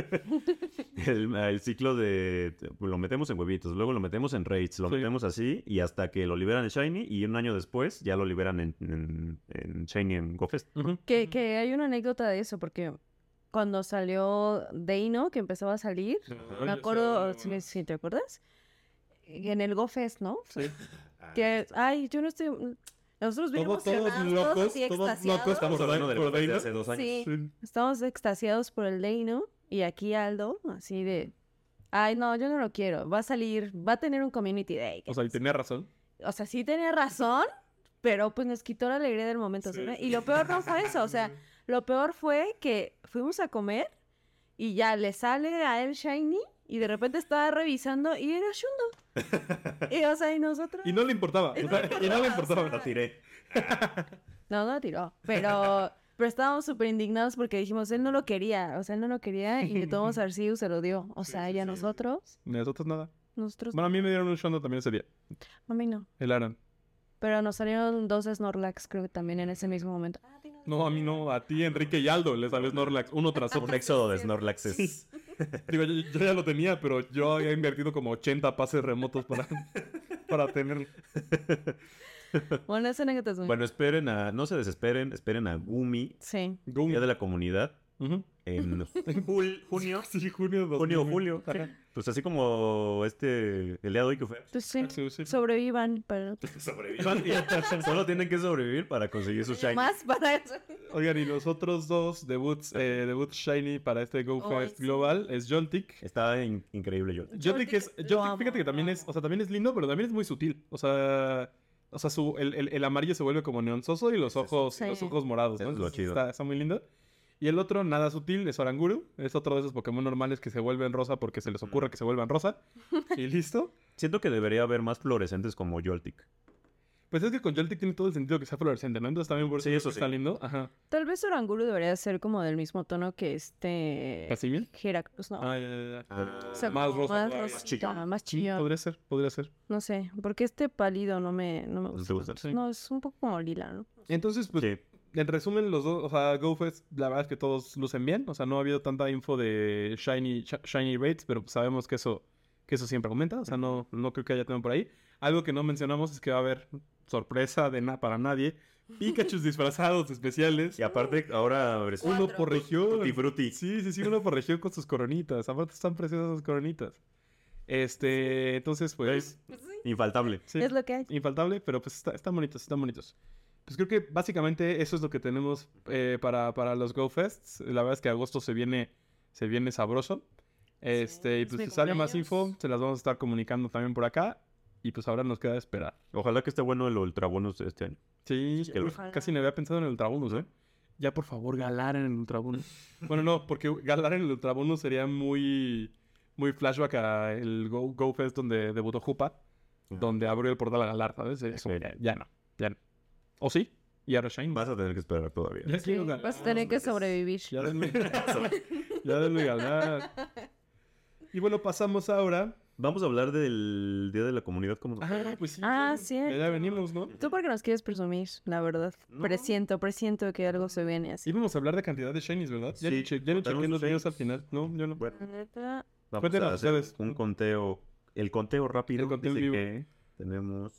El, el ciclo de lo metemos en huevitos, luego lo metemos en raids, lo Sí. metemos así y hasta que lo liberan en Shiny y un año después ya lo liberan en, en, en Shiny en GoFest. Ujú. Que, que hay una anécdota de eso, porque cuando salió Deino, que empezaba a salir, Ay, me ya acuerdo, sé, si, bueno. si te acuerdas, en el GoFest, ¿no? Sí. Que, ay, yo no estoy... Nosotros bien Todos, todos emocionados, locos, así todos extasiados. locos, estamos Bueno, hablando del por GoFest de Deino. hace dos años. Sí. Sí. Estamos extasiados por el Deino y aquí Aldo, así de... Ay, no, yo no lo quiero. Va a salir, va a tener un community day. O sea, y tenía razón. O sea, sí tenía razón, pero pues nos quitó la alegría del momento. Sí. ¿Sí? Y lo peor no fue eso. O sea, lo peor fue que fuimos a comer y ya le sale a él Shiny y de repente estaba revisando y era Shundo. Y o sea, y nosotros... Y no le importaba. O sea, y no le importaba. Lo tiré. No, no lo tiró. Pero, pero estábamos súper indignados porque dijimos, él no lo quería. O sea, él no lo quería y de todos Arceus se lo dio. O sea, y a nosotros, Nosotros nada. nosotros... Bueno, a mí me dieron un shondo también ese día. A mí no. El Aran. Pero nos salieron dos Snorlax, creo que también en ese mismo momento. No, a mí no. A ti, Enrique y Aldo, les salió Snorlax uno tras Un otro. éxodo de Snorlaxes. Digo, yo, yo ya lo tenía, pero yo había invertido como ochenta pases remotos para, para tenerlo. Bueno, esa anécdota es muy... Bueno, esperen a... No se desesperen, esperen a Gumi, Sí. Gumi. Día de la Comunidad, Ujú. en jul- junio. Sí, junio de Junio, dos mil julio. Ajá. Pues así como este... El día de hoy que fue. Pues sí, Sí, sí. sobrevivan, pero... Sobrevivan. Solo tienen que sobrevivir para conseguir su shiny. Más para eso. Oigan, y los otros dos debuts, eh, debuts Shiny para este Go Ay, Fest sí. Global es Joltik. Está in- increíble yo. Joltik es, lo Joltik, amo, fíjate que lo también es, amo. o sea, también es lindo, pero también es muy sutil. O sea, o sea, su, el, el, el amarillo se vuelve como neonzoso y los ojos, Sí. los ojos morados, ¿no? Eso es lo Entonces, chido. Está, está muy lindo. Y el otro, nada sutil, es Oranguru. Es otro de esos Pokémon normales que se vuelven rosa porque se les ocurre que se vuelvan rosa. Y listo. Siento que debería haber más fluorescentes como Joltik. Pues es que con Joltik tiene todo el sentido que sea fluorescente, ¿no? Entonces también por eso, Sí, eso está sí. lindo. Ajá. Tal vez Oranguru debería ser como del mismo tono que este... ¿Casimir? Heracross, ¿no? Ah, ya, ya, ya. Ah, O sea, más como rosa Más todavía. rosita, Chillón. más Mm, chillón. Podría ser, podría ser. No sé, porque este pálido no me, no me ¿No gusta. te gusta? Sí. No, es un poco como lila, ¿no? Entonces, pues, Sí. en resumen, los dos, o sea, GoFest, la verdad es que todos lucen bien. O sea, no ha habido tanta info de Shiny, Sh- Shiny Rates, pero pues sabemos que eso, que eso siempre aumenta. O sea, no, no creo que haya tema por ahí. Algo que no mencionamos es que va a haber sorpresa de na para nadie. Pikachu disfrazados especiales. Y aparte, ahora... Uno por región. Tutti frutti. Sí, sí, sí, uno por región con sus coronitas. Aparte están preciosas sus coronitas. Este, entonces, pues... Infaltable. sí. Es lo que hay. Infaltable, pero pues está- están bonitos, están bonitos. Pues creo que básicamente eso es lo que tenemos eh, para, para los Go Fests. La verdad es que agosto se viene, se viene sabroso. Este, y es pues mi si sale más cumpleaños. info, se las vamos a estar comunicando también por acá. Y pues ahora nos queda esperar. Ojalá que esté bueno el Ultra Bonus de este año. Sí, que lo- uf, casi no había pensado en el Ultrabonus, ¿eh? Ya por favor, Galar en el Ultrabonus. Bueno, no, porque Galar en el Ultrabonus sería muy, muy flashback a el Go, Go Fest donde debutó Jupa. Donde abrió el portal a Galar, ¿sabes? Sería como, Sí. ya, ya no, ya no. ¿O sí? Y ahora Shine. Vas a tener que esperar todavía. Ya Sí, quiero Galar. vas a tener que sobrevivir. Ya denme, ya denme Galar. Y bueno, pasamos ahora. Vamos a hablar del Día de la Comunidad como... Ah, pues sí. Ah, claro. cierto. Ya, ya venimos, ¿no? Tú porque nos quieres presumir, la verdad. No. Presiento, presiento que algo se viene así. Íbamos a hablar de cantidad de Shinies, ¿verdad? Ya, Sí, ni che- ya no contaron chequé los sus videos al shinies. final. No, yo no. Bueno, La neta, vamos Cuéntenos a hacer ustedes. un conteo. El conteo rápido. El conteo en dice vivo. que tenemos...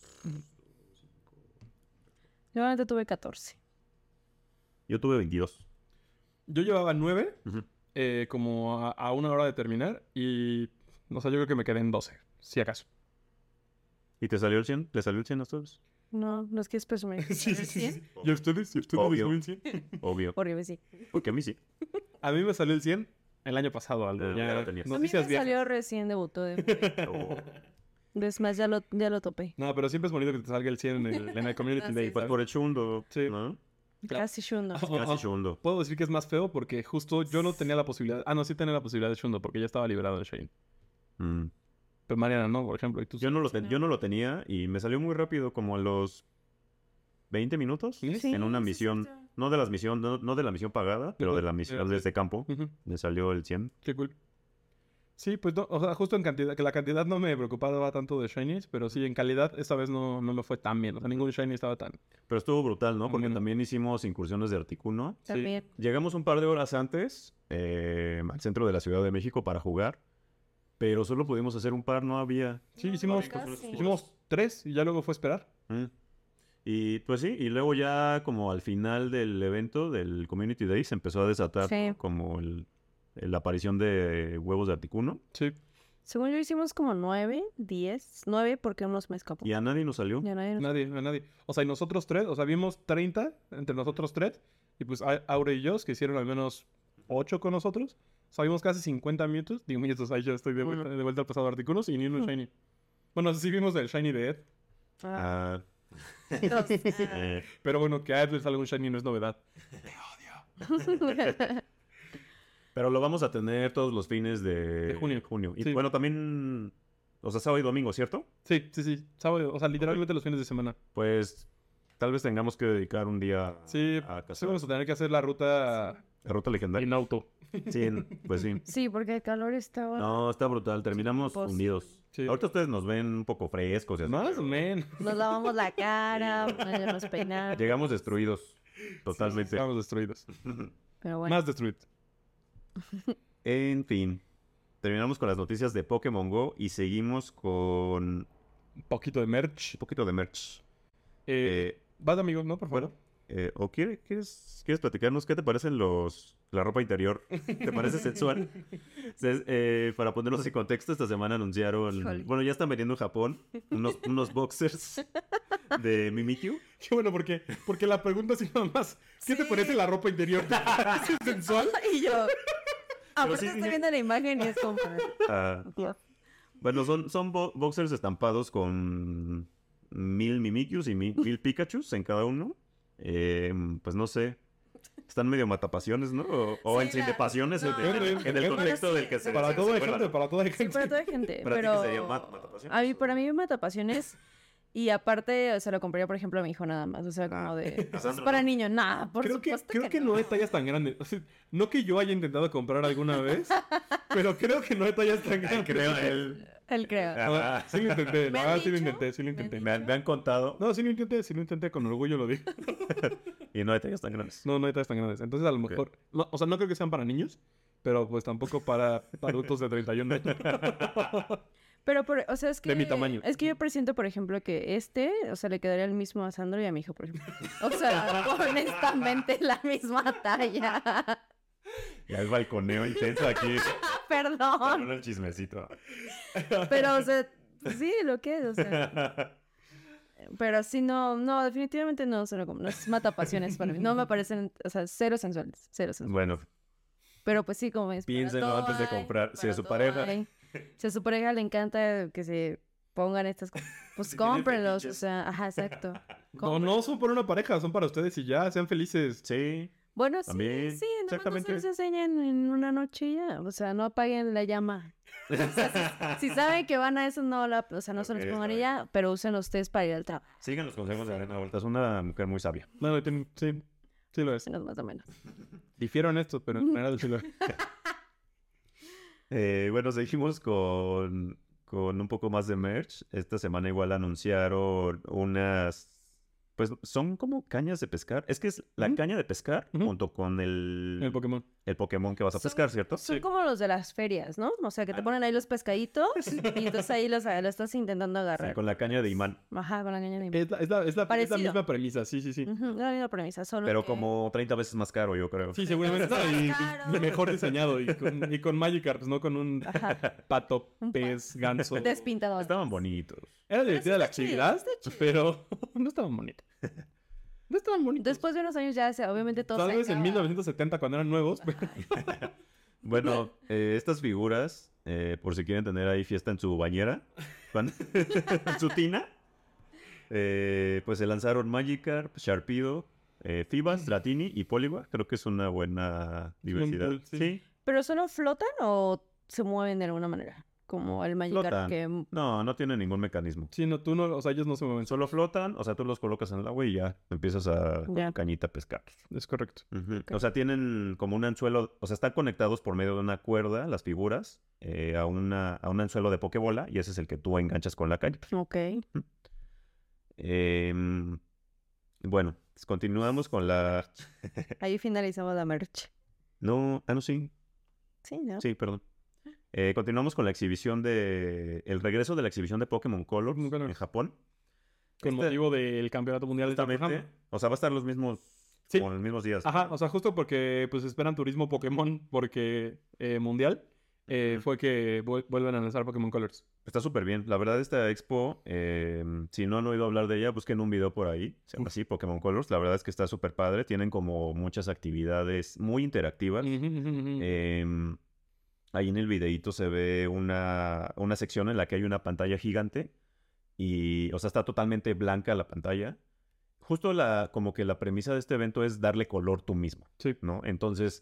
yo la neta tuve catorce. Yo tuve veintidós. Yo llevaba nueve, Ujú. eh, como a, a una hora de terminar. Y, o sea, yo creo que me quedé en doce, si acaso. ¿Y te salió el cien? ¿Le salió el cien a ustedes? No, nos quieres presumir. sí, sí, sí, sí. ¿Y a ustedes? ¿Y a ustedes les Obvio. salió el cien? Obvio. Porque sí. Porque a mí sí. A mí me salió el cien el año pasado, Aldo. Eh, Ya, ya lo tenías. A mí me noticias viejas. salió recién debutó. De... Oh. Es más, ya lo, ya lo topé. No, pero siempre es bonito que te salga el cien en el, en el Community Así Day. es. Pues ¿sabes? por el chundo, Sí. ¿no? Claro. Casi Shundo. Oh, oh, Casi oh. chundo. Puedo decir que es más feo porque justo yo no tenía la posibilidad... Ah, no, sí tenía la posibilidad de Shundo porque ya estaba liberado de Shane. Mm. Pero Mariana no, por ejemplo. ¿Y tú? Yo no, lo ten- yo no lo tenía y me salió muy rápido, como a los veinte minutos. ¿Sí? Sí, En una sí, misión, sí, sí. no de las misión, no, no de la misión pagada, pero de la misión Sí. desde campo. Ujú. Me salió el cien. Qué cool. Sí, pues no, o sea, justo en cantidad, que la cantidad no me preocupaba tanto de Shinies, pero sí, en calidad esta vez no, no me fue tan bien. O sea, ningún Shiny estaba tan... Pero estuvo brutal, ¿no? Porque Ujú. también hicimos incursiones de Articuno. Sí. También. Llegamos un par de horas antes eh, al centro de la Ciudad de México para jugar, pero solo pudimos hacer un par, no había. Sí, No, hicimos, casi. hicimos tres y ya luego fue esperar. Mm. Y pues sí, y luego ya como al final del evento, del Community Day, se empezó a desatar Sí. ¿no? como el, el- la aparición de huevos de Articuno. Sí. Según yo hicimos como nueve, diez. Nueve porque uno se me escapó. Y a nadie nos salió. Ya nadie nos- Nadie, a nadie. O sea, y nosotros tres, o sea, vimos treinta entre nosotros tres. Y pues A- Aure y yo, que hicieron al menos ocho con nosotros. O sea, vimos casi cincuenta minutos. Digo, minutos, ahí yo estoy de vuelta, Ujú. de vuelta al pasado de Articunos y ni uno Shiny. Bueno, sí vimos el Shiny de Ed. Ah, Ah, dos. eh, Pero bueno, que a Ed le salga un Shiny no es novedad. pero lo vamos a tener todos los fines de, De junio. Y Sí. bueno, también, o sea, sábado y domingo, ¿cierto? Sí, sí, sí. Sábado, o sea, literalmente los fines de semana. Pues tal vez tengamos que dedicar un día Sí, a sí cazar. vamos a tener que hacer la ruta La ruta legendaria. en auto. Sí, en- pues sí. Sí, porque el calor estaba... No, está brutal. Terminamos Pues- hundidos. Sí. Ahorita ustedes nos ven un poco frescos y así. Más o menos. Nos lavamos la cara, nos peinamos. Llegamos destruidos. Totalmente. Estamos destruidos. Pero bueno. Más destruidos. En fin. Terminamos con las noticias de Pokémon Go y seguimos con Un poquito de merch. un poquito de merch. Eh, Eh, vas, amigo, ¿no? Por favor. bueno, eh, ¿o quiere- quieres, quieres platicarnos qué te parecen los la ropa interior? ¿Te parece sensual? Se- eh, para ponerlos en contexto, esta semana anunciaron... Híjole. Bueno, ya están vendiendo en Japón unos, unos boxers de Mimikyu. Qué bueno, porque, porque la pregunta es nada más. ¿Qué te Sí. parece la ropa interior? ¿Es sensual? Y yo... Aparte sí, estoy sí. viendo la imagen y es como... Ah, Dios. bueno, son, son bo- boxers estampados con mil Mimikyus y mil, mil Pikachus en cada uno. Eh, pues no sé. Están medio matapasiones, ¿no? O, o Sí, en sin la- de pasiones en, no. en- en el Pero contexto sí, del que se... Para se- toda se la vuelvan. gente, para toda la Sí, gente. para toda gente. Para ti, pero... ¿qué sería mat- matapasiones? A mí, para mí, matapasiones. Y aparte, se lo compraría, por ejemplo, a mi hijo nada más. O sea, como Ah. de... pues, Cassandra, es para ¿no? niños. Nada, por Creo que, supuesto creo que no hay tallas tan grandes. O sea, no que yo haya intentado comprar alguna vez, pero creo que no hay tallas tan grandes. Creo, él... Él creo. Ah, Sí lo intenté, ¿Me la han verdad sí lo dicho? intenté, sí lo ¿Me han intenté. me, han, me han contado No, sí lo intenté, sí lo intenté, con orgullo lo digo. y no hay tallas tan grandes. No, no hay tallas tan grandes. Entonces a lo Ok. mejor, no, o sea, no creo que sean para niños, pero pues tampoco para adultos de treinta y un años. Pero, por- o sea, es que... De mi tamaño. Es que yo presiento, por ejemplo, que este, o sea, le quedaría el mismo a Sandro y a mi hijo, por ejemplo. O sea, honestamente, la misma talla. Ya el balconeo intenso aquí. Perdón. Con el chismecito. Pero, o sea, sí, lo que es, o sea... Pero sí, no, no, definitivamente no, se lo como, no es matapasiones para mí. No me parecen, o sea, cero sensuales, cero sensuales. Bueno, Pero pues sí, como es. para Piénsenlo todo antes de hay, comprar. Si a para su todo pareja- hay. Si a su pareja le encanta que se pongan estas cosas, pues Si tiene cómprenlos, o fetiches. sea, ajá, exacto. No, no son para una pareja, son para ustedes y ya, sean felices. sí. Bueno, sí, También, sí, nada más no se exactamente. les enseñen en una noche y ya, o sea, no apaguen la llama. O sea, si, si saben que van a eso, no la, o sea, no se los Ok, pongan está y ya, pero usen ustedes para ir al trabajo, Sigan los consejos de Arena Vuelta. Es una mujer muy sabia. No, no, tienen- sí, sí lo es. menos más o menos. Difiero en esto, pero en general sí lo es. Eh, bueno, seguimos con, con un poco más de merch. Esta semana igual anunciaron unas... Pues son como cañas de pescar. Es que es la Ujú. caña de pescar Ujú. junto con el, El Pokémon. el Pokémon que vas a Son- pescar, ¿cierto? Son Sí. como los de las ferias, ¿no? O sea, que te ponen ahí los pescaditos y entonces ahí los, lo estás intentando Sí, agarrar. con la caña de imán. Ajá, con la caña de... Es la, es la, es la- es la Parecido. misma premisa, sí, sí, sí. Ujú, la misma premisa, solo Pero que- como treinta veces más caro, yo creo. Sí, seguramente. Pero y, está y caro. mejor diseñado. Y con, y con Magikarps, no con un Ajá, pato, Un pez, ganso. despintador. Estaban bonitos. Era divertida la está chido, actividad, está chido. pero no estaban bonitos. No estaban bonitos. Después de unos años ya, se, obviamente todo Tal se vez en acaba. mil novecientos setenta cuando eran nuevos. pero- Bueno, eh, estas figuras, eh, por si quieren tener ahí fiesta en su bañera, cuando- en su tina, eh, pues se lanzaron Magikarp, Sharpedo, eh, Fibas, Dratini y Poliwag. Creo que es una buena diversidad. Un- sí. Sí. ¿Pero solo flotan o se mueven de alguna manera? Como el Magikarp Flotan. que... No, no tiene ningún mecanismo. Sí, no, tú no, o sea, ellos no se mueven. Solo flotan, o sea, tú los colocas en el agua y ya empiezas a con Ya. cañita a pescar. Es correcto. Ujú. O sea, tienen como un anzuelo, o sea, están conectados por medio de una cuerda, las figuras, eh, a, una, a un anzuelo de pokebola, y ese es el que tú enganchas con la caña. Ok. Em, bueno, pues continuamos con la... Ahí finalizamos la merch. No, ah, no, sí, Sí, ¿no? sí, perdón. Eh, continuamos con la exhibición de... El regreso de la exhibición de Pokémon Colors Pokémon Colors. en Japón. Con Este- motivo del campeonato mundial de Justamente, Yokohama. o sea, va a estar los mismos, Sí. con los mismos días. Ajá, o sea, justo porque pues esperan turismo Pokémon porque eh, mundial. eh, Ujú. fue que vu- vuelven a lanzar Pokémon Colors. Está súper bien. La verdad, esta expo, eh, si no han oído hablar de ella, busquen un video por ahí. Se llama Uf. así, Pokémon Colors. La verdad es que está súper padre. Tienen como muchas actividades muy interactivas. Ujú, ujú, ujú. Em, ahí en el videíto se ve una, una sección en la que hay una pantalla gigante. Y, o sea, está totalmente blanca la pantalla. Justo la, como que la premisa de este evento es darle color tú mismo, Sí. ¿no? Entonces,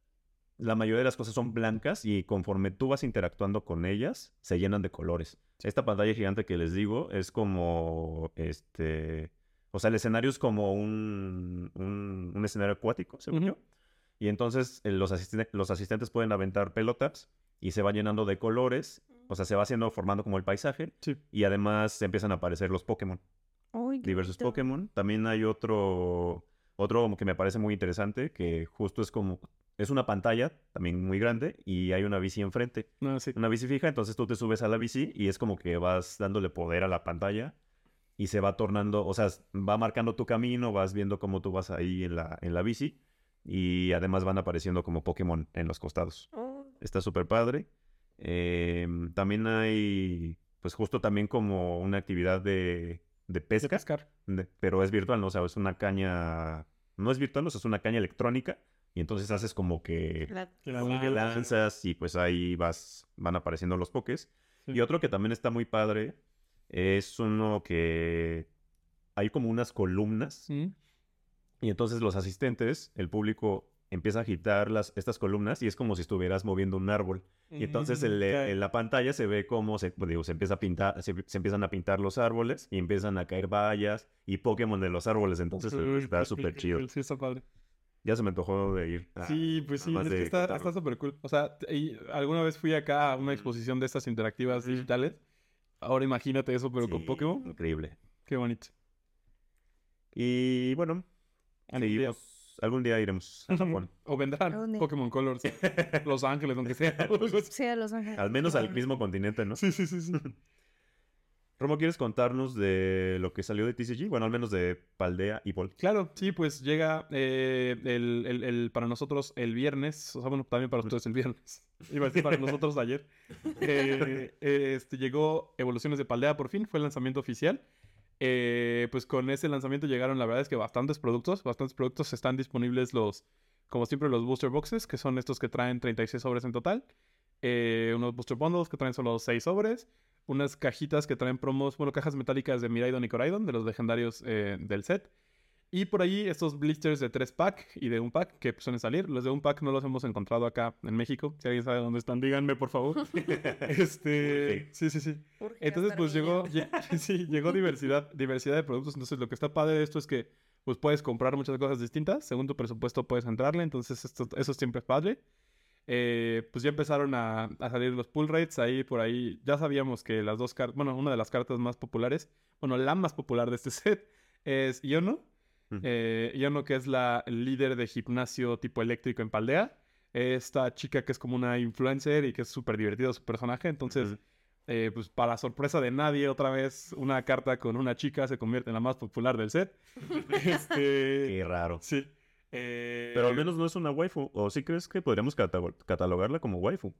la mayoría de las cosas son blancas y conforme tú vas interactuando con ellas, se llenan de colores. Esta pantalla gigante que les digo es como, este, o sea, el escenario es como un, un, un escenario acuático, según Ujú. yo. Y entonces eh, los, asisten- los asistentes pueden aventar pelotas y se va llenando de colores, o sea, se va haciendo, formando como el paisaje. Sí. Y además se empiezan a aparecer los Pokémon, Uy, qué diversos bonito. Pokémon. También hay otro, otro como que me parece muy interesante, que justo es como, es una pantalla también muy grande y hay una bici enfrente. No, sí. Una bici fija, entonces tú te subes a la bici y es como que vas dándole poder a la pantalla y se va tornando, o sea, s- va marcando tu camino, vas viendo cómo tú vas ahí en la, en la bici y además van apareciendo como Pokémon en los costados. Oh. Está súper padre. Em, también hay, pues justo también como una actividad de, de De pesca, pescar. de- pero es virtual, ¿no? O sea, es una caña, no es virtual, o sea, es una caña electrónica y entonces haces como que, La- La como que lanza. lanzas y pues ahí vas, van apareciendo los pokés. Sí. Y otro que también está muy padre es uno que hay como unas columnas Mm. y entonces los asistentes, el público empieza a agitar las, estas columnas y es como si estuvieras moviendo un árbol. Y entonces en, le- Ok. en la pantalla se ve cómo se, pues, digo, se empieza a pintar, se, se empiezan a pintar los árboles y empiezan a caer bayas y Pokémon de los árboles. Entonces Uy, está qué súper cool, qué chido. cool. Sí, está padre. Ya se me antojó de ir. a- Sí, pues nada sí, más es que de está contarlo. está súper cool. O sea, t- y alguna vez fui acá a una Ujú. exposición de estas interactivas Ujú. digitales. Ahora imagínate eso, pero con Sí, Pokémon. increíble. Qué bonito. Y bueno, Algún día. seguimos. Algún día iremos a Japón. O vendrán Algún día. Pokémon Colors. Los Ángeles, donde sea. Sí, a Los Ángeles. Al menos al mismo continente, ¿no? Sí, sí, sí, sí. Romo, ¿quieres contarnos de lo que salió de T C G? Bueno, al menos de Paldea y Volt. Claro, sí, pues llega eh, el, el- el- para nosotros el viernes, o sea, bueno, también para ustedes el viernes. Iba a decir para nosotros ayer. Eh, eh, este, llegó Evoluciones de Paldea por fin, fue el lanzamiento oficial. Eh, pues con ese lanzamiento llegaron, la verdad es que bastantes productos, bastantes productos están disponibles los, como siempre, los booster boxes, que son estos que traen treinta y seis sobres en total. Eh, unos booster bundles que traen solo seis sobres. Unas cajitas que traen promos, bueno, cajas metálicas de Miraidon y Coraidon, de los legendarios eh, del set. Y por ahí estos blisters de tres pack y de un pack que pues, suelen salir. Los de un pack no los hemos encontrado acá en México. Si alguien sabe dónde están, díganme, por favor. Este, sí, sí, sí. Urge Entonces, gastar pues dinero. llegó, lle- sí, llegó diversidad, diversidad de productos. Entonces, lo que está padre de esto es que pues puedes comprar muchas cosas distintas. Según tu presupuesto puedes entrarle. Entonces, esto, eso siempre es padre. Eh, pues ya empezaron a, a salir los pull rates ahí por ahí. Ya sabíamos que las dos cartas, bueno, una de las cartas más populares, bueno, la más popular de este set es Iono. Ujú. Eh, Iono, que es la líder de gimnasio tipo eléctrico en Paldea. Esta chica que es como una influencer y que es súper divertido su personaje. Entonces, Ujú. eh, pues para sorpresa de nadie, otra vez una carta con una chica se convierte en la más popular del set. Este, Qué raro. sí. Eh, Pero al menos no es una waifu. ¿O sí crees que podríamos cata- catalogarla como waifu?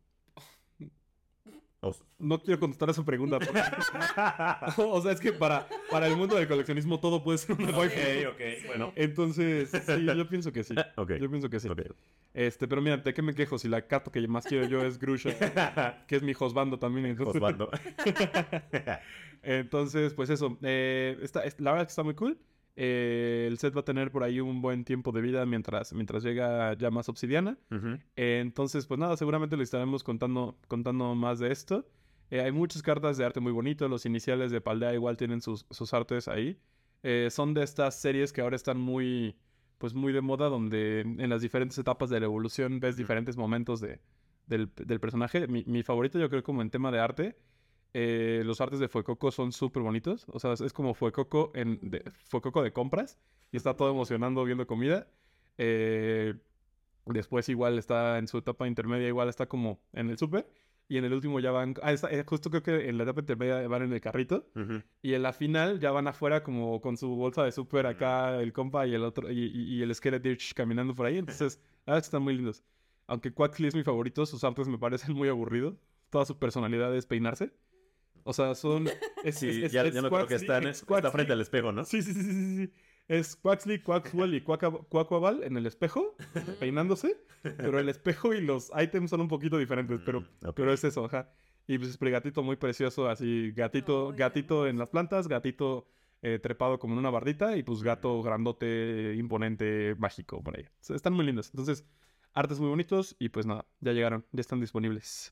O- No quiero contestar a su pregunta. porque- o sea, es que para, para el mundo del coleccionismo todo puede ser una waifu. ok. Bueno. Entonces, sí, yo pienso que sí. Ok. Yo pienso que sí. Ok. Este, pero mira, ¿de qué me quejo? Si la carta que más quiero yo es Grusha, que es mi husbando también. Entonces, Osvaldo. entonces pues eso. eh, está- es- la verdad es que está muy cool. Eh, el set va a tener por ahí un buen tiempo de vida mientras, mientras llega ya más obsidiana. Ujú. Eh, entonces, pues nada, seguramente les estaremos contando, contando más de esto. Eh, hay muchas cartas de arte muy bonito. Los iniciales de Paldea igual tienen sus, sus artes ahí. Eh, son de estas series que ahora están muy, pues muy de moda, donde en las diferentes etapas de la evolución ves Ujú. diferentes momentos de, del, del personaje. Mi, mi favorito, yo creo, como en tema de arte, eh, los artes de Fuecoco son súper bonitos. O sea, es, es como Fuecoco en de, Fuecoco de compras y está todo emocionando viendo comida. Eh, Después igual está en su etapa intermedia, igual está como en el súper. Y en el último ya van... Ah, está- eh, justo creo que en la etapa intermedia van en el carrito. Ujú. Y en la final ya van afuera como con su bolsa de súper acá el compa y el otro... Y, y- y el Skeletorch caminando por ahí. Entonces, la verdad es que están muy lindos. Aunque Quaxly es mi favorito, sus artes me parecen muy aburridos. Toda su personalidad es peinarse. O sea, son... Es, Sí, es- es- ya, es ya no creo que Quaxly, está, en- es está Quaxly. frente al espejo, ¿no? Sí, sí, sí, sí, sí, sí. Es Quaxly, Quaxwell y Quaca- Quaquaval en el espejo, peinándose. Pero el espejo y los ítems son un poquito diferentes, pero, Mm, ok. pero es eso, ajá. Y pues Sprigatito muy precioso, así, gatito, Ay, gatito en hermoso. las plantas, gatito eh, trepado como en una bardita y pues gato Mm. grandote, imponente, mágico por ahí. O sea, están muy lindos. Entonces, artes muy bonitos y pues nada, ya llegaron, ya están disponibles.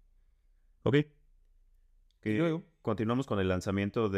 Ok. Y Que luego, continuamos con el lanzamiento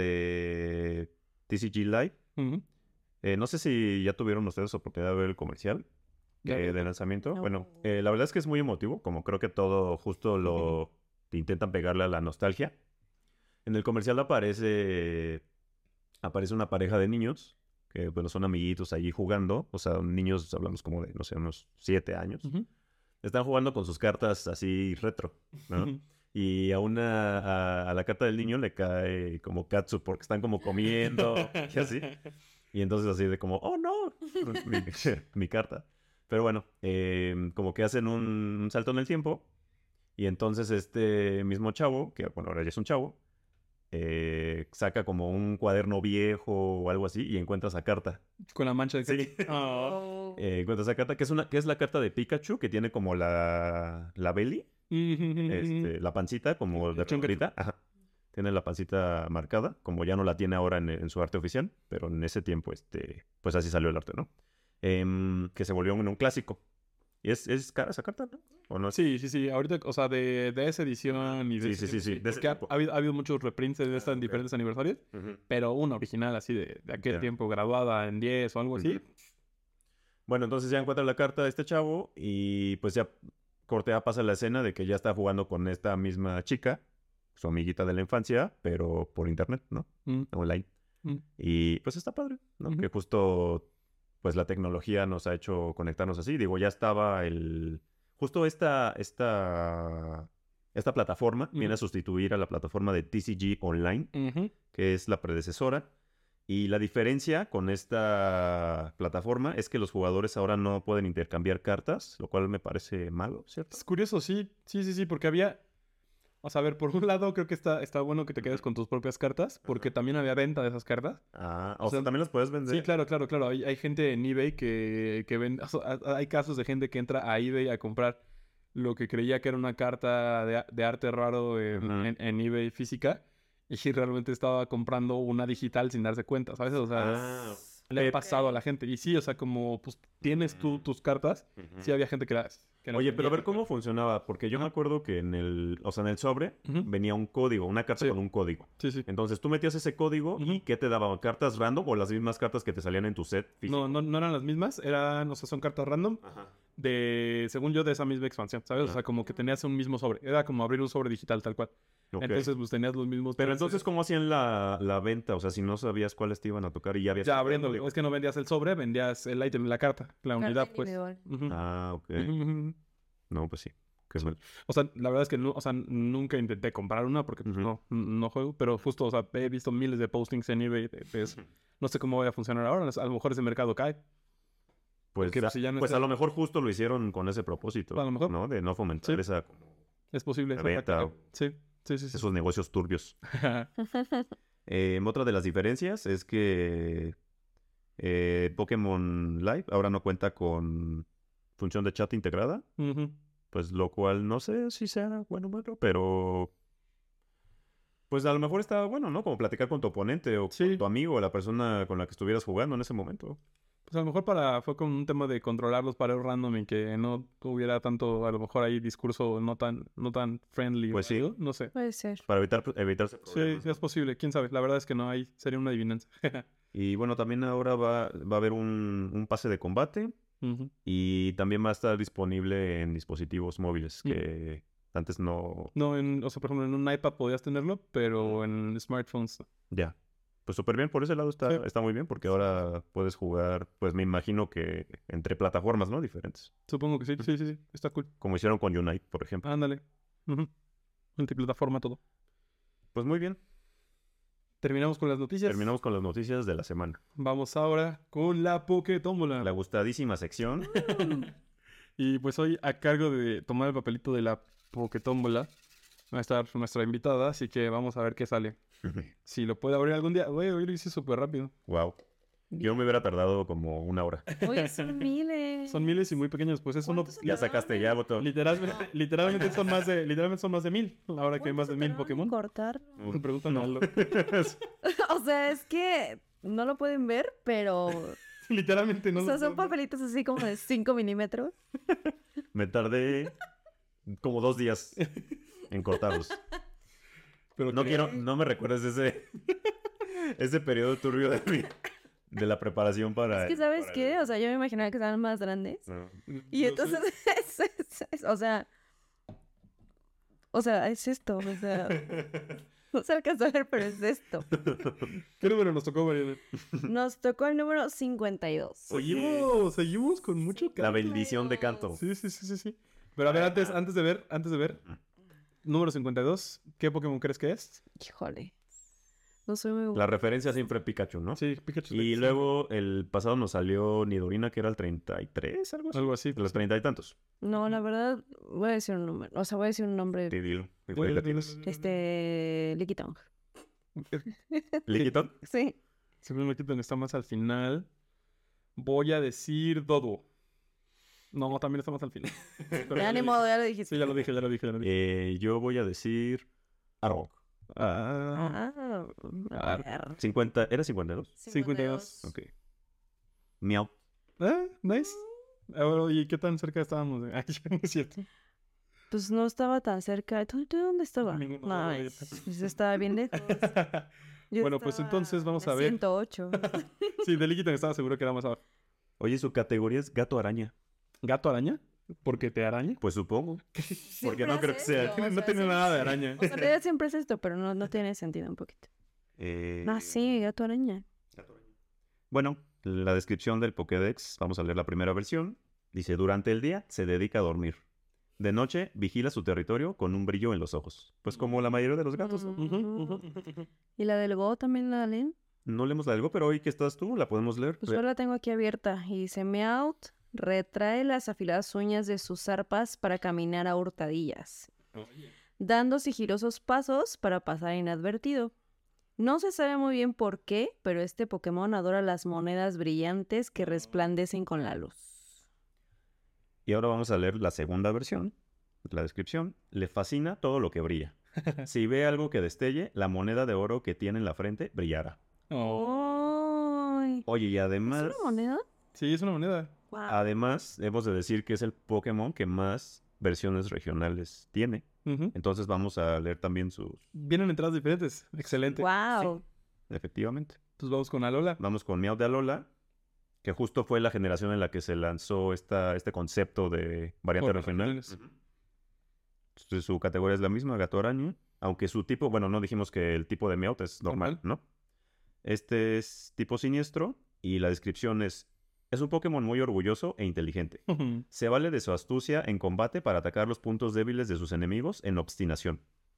de T C G Live. ujú, Eh, no sé si ya tuvieron ustedes oportunidad de ver el comercial ya- eh, de lanzamiento. No. Bueno, eh, la verdad es que es muy emotivo, como creo que todo justo lo intentan pegarle a la nostalgia. En el comercial aparece, aparece una pareja de niños, que bueno, son amiguitos allí jugando, o sea, niños, hablamos como de, no sé, unos siete años. ujú, Están jugando con sus cartas así retro, ¿no? ujú. Y a una, a, a la carta del niño le cae como katsu porque están como comiendo y así. Y entonces así de como, oh no, mi, mi carta. Pero bueno, eh, como que hacen un, un salto en el tiempo. Y entonces este mismo chavo, que bueno, ahora ya es un chavo, eh, saca como un cuaderno viejo o algo así y encuentra esa carta. Con la mancha de Sí. ketchup. Ah. Oh. Eh, encuentra esa carta, que es, una, que es la carta de Pikachu, que tiene como la, la belly, este, la pancita como de Chonquito. rotorita. Ajá. Tiene la pancita marcada, como ya no la tiene ahora en, en su arte oficial, pero en ese tiempo, este, pues así salió el arte, ¿no? Em, que se volvió un, un clásico. ¿Y es, es cara esa carta, no? ¿O no es? Sí, sí, sí. Ahorita, o sea, de, de esa edición y de Sí, ese sí, sí, tiempo, sí, de ese Porque ha, tiempo. ha habido, ha habido muchos reprints de esta en ok. diferentes aniversarios. Ujú. Pero una original así de, de aquel Ya. tiempo, graduada en diez o algo así. Ujú. Bueno, entonces ya encuentra la carta de este chavo y pues ya cortea pasa la escena de que ya está jugando con esta misma chica, su amiguita de la infancia, pero por internet, ¿no? Mm, Online. mm. Y pues está padre, ¿no? Ujú. Que justo pues la tecnología nos ha hecho conectarnos así. Digo, ya estaba el... Justo esta, esta, esta plataforma Ujú. viene a sustituir a la plataforma de T C G Online, Ujú. que es la predecesora. Y la diferencia con esta plataforma es que los jugadores ahora no pueden intercambiar cartas, lo cual me parece malo, ¿cierto? Es curioso, sí. Sí, sí, sí, porque había... O sea, a ver, por un lado creo que está, está bueno que te quedes con tus propias cartas, porque Ajá. también había venta de esas cartas. Ah, o, O sea, sea, también las puedes vender. Sí, claro, claro, claro. Hay, hay gente en eBay que, que vende... o sea, ha- hay casos de gente que entra a eBay a comprar lo que creía que era una carta de, a- de arte raro en, Ujú. en- en eBay física y realmente estaba comprando una digital sin darse cuenta, ¿sabes? O sea, Ah, le ha eh, pasado a la gente. Y sí, o sea, como pues tienes tú Mm. tus cartas, ujú. sí había gente que las... que las Oye, pero a ver vendía. cómo funcionaba, porque yo me Ajá. acuerdo que en el, o sea, en el sobre Ujú. venía un código, una carta Sí. con un código. Sí, sí. Entonces tú metías ese código y Ujú. ¿qué te daban? ¿Cartas random o las mismas cartas que te salían en tu set físico? No, no, no eran las mismas, eran, o sea, son cartas random Ajá. de, según yo, de esa misma expansión, ¿sabes? O Ajá. sea, como que tenías un mismo sobre. Era como abrir un sobre digital tal cual. Ok. Entonces, pues tenías los mismos. Pero precios. entonces, ¿cómo hacían la, la venta? O sea, si no sabías cuáles te iban a tocar y ya habías... Ya abriéndolo. Es que no vendías el sobre, vendías el ítem, la carta, la Carta unidad, pues. individual. Ujú. Ah, ok. Ujú, ujú. No, pues sí. Qué mal. O sea, la verdad es que nu- o sea, nunca intenté comprar una porque pues, Ujú. no, no juego, pero justo, o sea, he visto miles de postings en eBay de, de eso. No sé cómo vaya a funcionar ahora, a lo mejor ese mercado cae. Pues, Porque, a, pues, si ya no pues está- a lo mejor justo lo hicieron con ese propósito. A lo mejor. ¿No? De no fomentar Sí. esa, Es posible. La esa venta práctica. o- Sí, sí, sí. sí. esos negocios turbios. Eh, otra de las diferencias es que eh, Pokémon Live ahora no cuenta con función de chat integrada, Ujú. pues lo cual no sé si sea bueno o malo, pero pues a lo mejor está bueno, ¿no? Como platicar con tu oponente o Sí. con tu amigo o la persona con la que estuvieras jugando en ese momento. Pues a lo mejor para, fue como un tema de controlar los pareos random y que no hubiera tanto, a lo mejor ahí discurso no tan, no tan friendly. Pues o sí. algo, No sé. Puede ser. Para evitar evitarse Sí, problemas. sí es posible. Quién sabe. La verdad es que no hay. Sería una adivinanza. Y bueno, también ahora va, va a haber un, un pase de combate Ujú. y también va a estar disponible en dispositivos móviles Mm. que antes no... No, en, o sea, por ejemplo, en un iPad podías tenerlo, pero en smartphones no. Ya. Pues súper bien, por ese lado está, Sí. está muy bien porque ahora puedes jugar, pues me imagino que entre plataformas, ¿no? Diferentes. Supongo que sí. Sí, sí, sí. Está cool. Como hicieron con Unite, por ejemplo. Ándale. Ujú. Multiplataforma todo. Pues muy bien. Terminamos con las noticias. Terminamos con las noticias de la semana. Vamos ahora con la Pokétómbola. La gustadísima sección. Y pues hoy, a cargo de tomar el papelito de la Pokétómbola, va a estar nuestra invitada, así que vamos a ver qué sale. Si lo puede abrir algún día. Güey, hoy lo hice súper rápido. Wow. Yo me hubiera tardado como una hora. Uy, son miles. Son miles y muy pequeños, pues eso no... ¿Cuántos Ya sacaste ya, botón. Literalmente, literalmente son más de, literalmente son más de mil. Ahora que hay más de mil Pokémon. Cortar. Pregúntame a Aldo. O sea, es que no lo pueden ver, pero... Literalmente no. O sea, lo son puedo ver. papelitos así como de cinco milímetros. Me tardé como dos días en cortarlos. Pero No que- quiero, no me recuerdes ese, ese periodo turbio de, mi- de la preparación para... Es que, ¿sabes para qué? el- O sea, yo me imaginaba que estaban más grandes. No. Y no entonces, sé. es, es- es- o sea... O sea, es esto, o sea... No se alcanza a ver, pero es esto. ¿Qué número nos tocó, Mariana? Nos tocó el número cincuenta y dos. Seguimos, seguimos con mucho La canto. bendición de canto. Sí, sí, sí, sí, sí. Pero a ver, antes, antes de ver, antes de ver, número cincuenta y dos, ¿qué Pokémon crees que es? Híjole. No soy muy... La referencia siempre es Pikachu, ¿no? Sí, Pikachu. Y luego el pasado nos salió Nidorina, que era el treinta y tres, algo así. Algo así. De los treinta y tantos. No, la verdad, voy a decir un número. O sea, voy a decir un nombre. Sí, dilo. Bueno, ¿Qué tienes? Este... Lickitung. ¿Liquitón? Sí. Según me quitan, está más al final. Voy a decir Dodo. No, también está más al final. Pero Ya ya ni lo modo, dije. ya lo dijiste. Sí, ya lo dije, ya lo dije, ya lo dije. Eh, yo voy a decir... Arbok. Ah, Ah, Ah, a ver. cincuenta, ¿era cincuenta y dos? cincuenta y dos. Ok. Miau. Ah, nice. Ahora, ¿y qué tan cerca estábamos? de- Ay, no es cierto. Pues no estaba tan cerca. ¿Tú, tú dónde estabas? Ninguno, No, no, yo- pues estaba bien lejos. Yo Bueno, pues estaba entonces vamos a en ver. ciento ocho. Sí, de Lickitung estaba seguro que era más abajo. Oye, su categoría es gato araña. ¿Gato araña? ¿Porque te araña? Pues supongo. Porque Siempre no creo hace que sea. esto, o No sea, tiene siempre- nada de araña. O sea, en realidad siempre es esto, pero no, no tiene sentido un poquito. Eh, Ah, sí, gato araña. gato araña. Bueno, la descripción del Pokédex, vamos a leer la primera versión. Dice, durante el día se dedica a dormir. De noche vigila su territorio con un brillo en los ojos. Pues como la mayoría de los gatos. ¿no? Ujú, Ujú. ujú. ¿Y la del Go también la leen? No leemos la algo, pero hoy que estás tú, la podemos leer. Pues yo la tengo aquí abierta. Y dice, Meowth retrae las afiladas uñas de sus zarpas para caminar a hurtadillas, dando sigilosos pasos para pasar inadvertido. No se sabe muy bien por qué, pero este Pokémon adora las monedas brillantes que resplandecen con la luz. Y ahora vamos a leer la segunda versión, la descripción. Le fascina todo lo que brilla. Si ve algo que destelle, la moneda de oro que tiene en la frente brillará. Oh. ¡Ay! Oye, y ¿Es además, una moneda? Sí, es una moneda. Guau. además, hemos de decir que es el Pokémon que más versiones regionales tiene. Ujú. Entonces vamos a leer también sus... Vienen entradas diferentes. Excelente. ¡Guau! Efectivamente. Pues vamos con Alola. Vamos con Meowth de Alola, que justo fue la generación en la que se lanzó esta, este concepto de variante Por regional. regionales. Ujú. Entonces, su categoría es la misma, gato araña. Aunque su tipo, bueno, no dijimos que el tipo de Meowth es normal, Normal. ¿no? Este es tipo siniestro y la descripción es... Es un Pokémon muy orgulloso e inteligente. Ujú. Se vale de su astucia en combate para atacar los puntos débiles de sus enemigos en obstinación.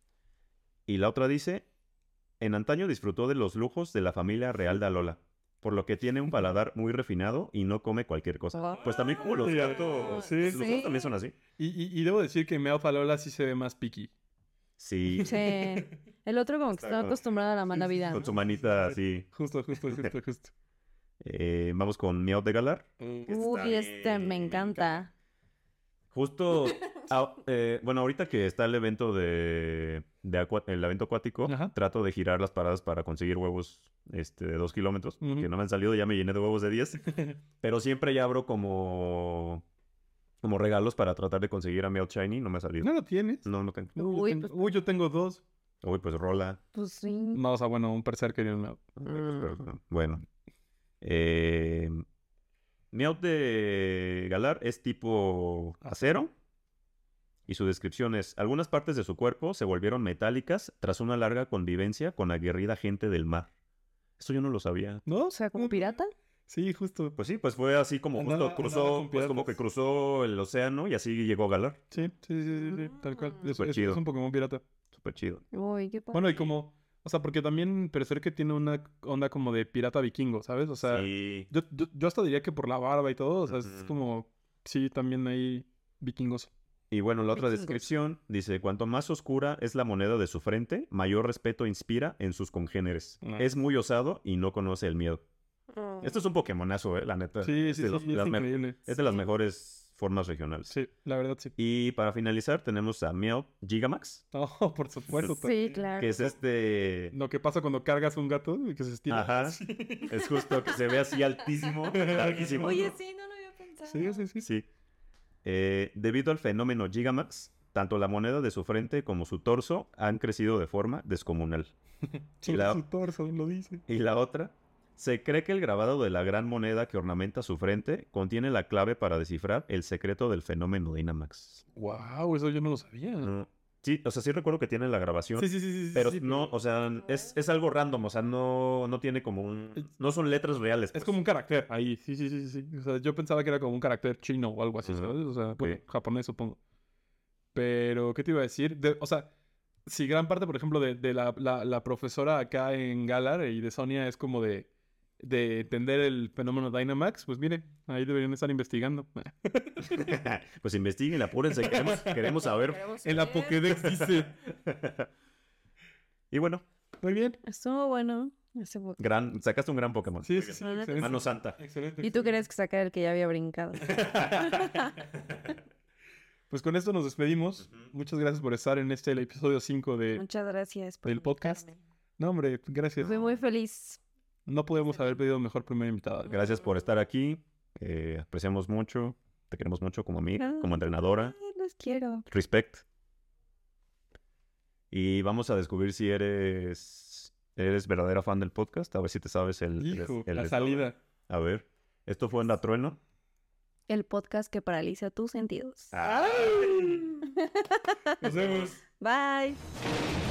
Y la otra dice... En antaño disfrutó de los lujos de la familia real de Alola, por lo que tiene un paladar muy refinado y no come cualquier cosa. Guau. Pues también como los Sí, gatos. sí. Los Sí. gatos también son así. Y, y, y debo decir que Meowth Alola sí se ve más picky. Sí. Sí. El otro como que Está está con- acostumbrado a la mala vida. Con ¿no? su manita así. Justo, justo, justo, justo. Eh, vamos con Meowth de Galar. Uy, este me encanta. Justo, ah, eh, bueno, ahorita que está el evento de, de acua- el evento acuático, Ajá. trato de girar las paradas para conseguir huevos este, de dos kilómetros, Ujú. que no me han salido, ya me llené de huevos de diez, pero siempre ya abro como, como regalos para tratar de conseguir a Meowth Shiny, no me ha salido. ¿No lo tienes? No, no tengo. Uy, Uy, yo tengo, pues- uy, yo tengo dos. Uy, pues rola. Pues sí. No, o sea, bueno, un Berserker y un Meowth. Mm. Bueno. Eh, Meowth de Galar es tipo acero. Y su descripción es, algunas partes de su cuerpo se volvieron metálicas tras una larga convivencia con aguerrida gente del mar. Esto yo no lo sabía. ¿No? O sea, como pirata. Sí, justo. Pues sí, pues fue así como Andaba- justo andaba cruzó, con pues como piratas. que cruzó el océano y así llegó a Galar. Sí, sí, sí, sí, sí, tal cual. Es, Súper es- chido. es un Pokémon pirata. Súper chido. Uy, qué padre. Bueno, y como... O sea, porque también Berserker tiene una onda como de pirata vikingo, ¿sabes? O sea, Sí. yo, yo, yo hasta diría que por la barba y todo, o sea, es Ujú. como... Sí, también ahí... Vikingoso. Y bueno, la otra Vikingos. descripción dice, cuanto más oscura es la moneda de su frente, mayor respeto inspira en sus congéneres. Ah. Es muy osado y no conoce el miedo. Esto es un Pokémonazo, eh, la neta. Sí, es sí, de, sí, los- es las me- increíble. es de las Sí. mejores formas regionales. Sí, la verdad sí. Y para finalizar tenemos a Meowth Gigamax, Oh, por supuesto. Sí, claro. que es este... Lo que pasa cuando cargas un gato y que se estira. Ajá, es justo que se ve así altísimo, larguísimo. Oye, sí, no lo había pensado. Sí, sí, sí. Sí. Eh, debido al fenómeno Gigamax, tanto la moneda de su frente como su torso han crecido de forma descomunal. Su, Y la- su torso lo dice. Y la otra, se cree que el grabado de la gran moneda que ornamenta su frente contiene la clave para descifrar el secreto del fenómeno Dynamax. Wow, eso yo no lo sabía. No. Sí, o sea, sí recuerdo que tiene la grabación, Sí, sí, sí, sí. sí, pero sí, no, o sea, es, es algo random, o sea, no, no tiene como un... No son letras reales. Es pues. como un carácter ahí. Sí, sí, sí, sí. O sea, yo pensaba que era como un carácter chino o algo así, Ujú. ¿sabes? O sea, bueno, Ok. japonés supongo. Pero, ¿qué te iba a decir? De- o sea, si gran parte, por ejemplo, de, de la, la, la profesora acá en Galar y de Sonia es como de, de entender el fenómeno Dynamax, pues mire, ahí deberían estar investigando. Pues investiguen, apúrense, queremos, queremos saber. Queremos En la saber. Pokédex dice. Y bueno, Muy bien. Estuvo bueno. ese po- gran, sacaste un gran Pokémon. Sí, sí, sí. La neta, Excelente. Mano Santa. Excelente. Y tú excelente. querías sacar el que ya había brincado. Pues con esto nos despedimos. Muchas gracias por estar en este el episodio cinco de... Muchas gracias por ¿Del podcast? invitarme. No, hombre, gracias. Fui muy feliz. No podemos haber pedido mejor primera invitada. Gracias por estar aquí. eh, apreciamos mucho. Te queremos mucho como amiga, Ah. como entrenadora. Ay, los quiero. Respect. Y vamos a descubrir si eres, eres verdadera fan del podcast. A ver si te sabes el... el- Hijo, el- la el- salida. A ver. Esto fue en La Trueno. El podcast que paraliza tus sentidos. Ah. Nos vemos. Bye.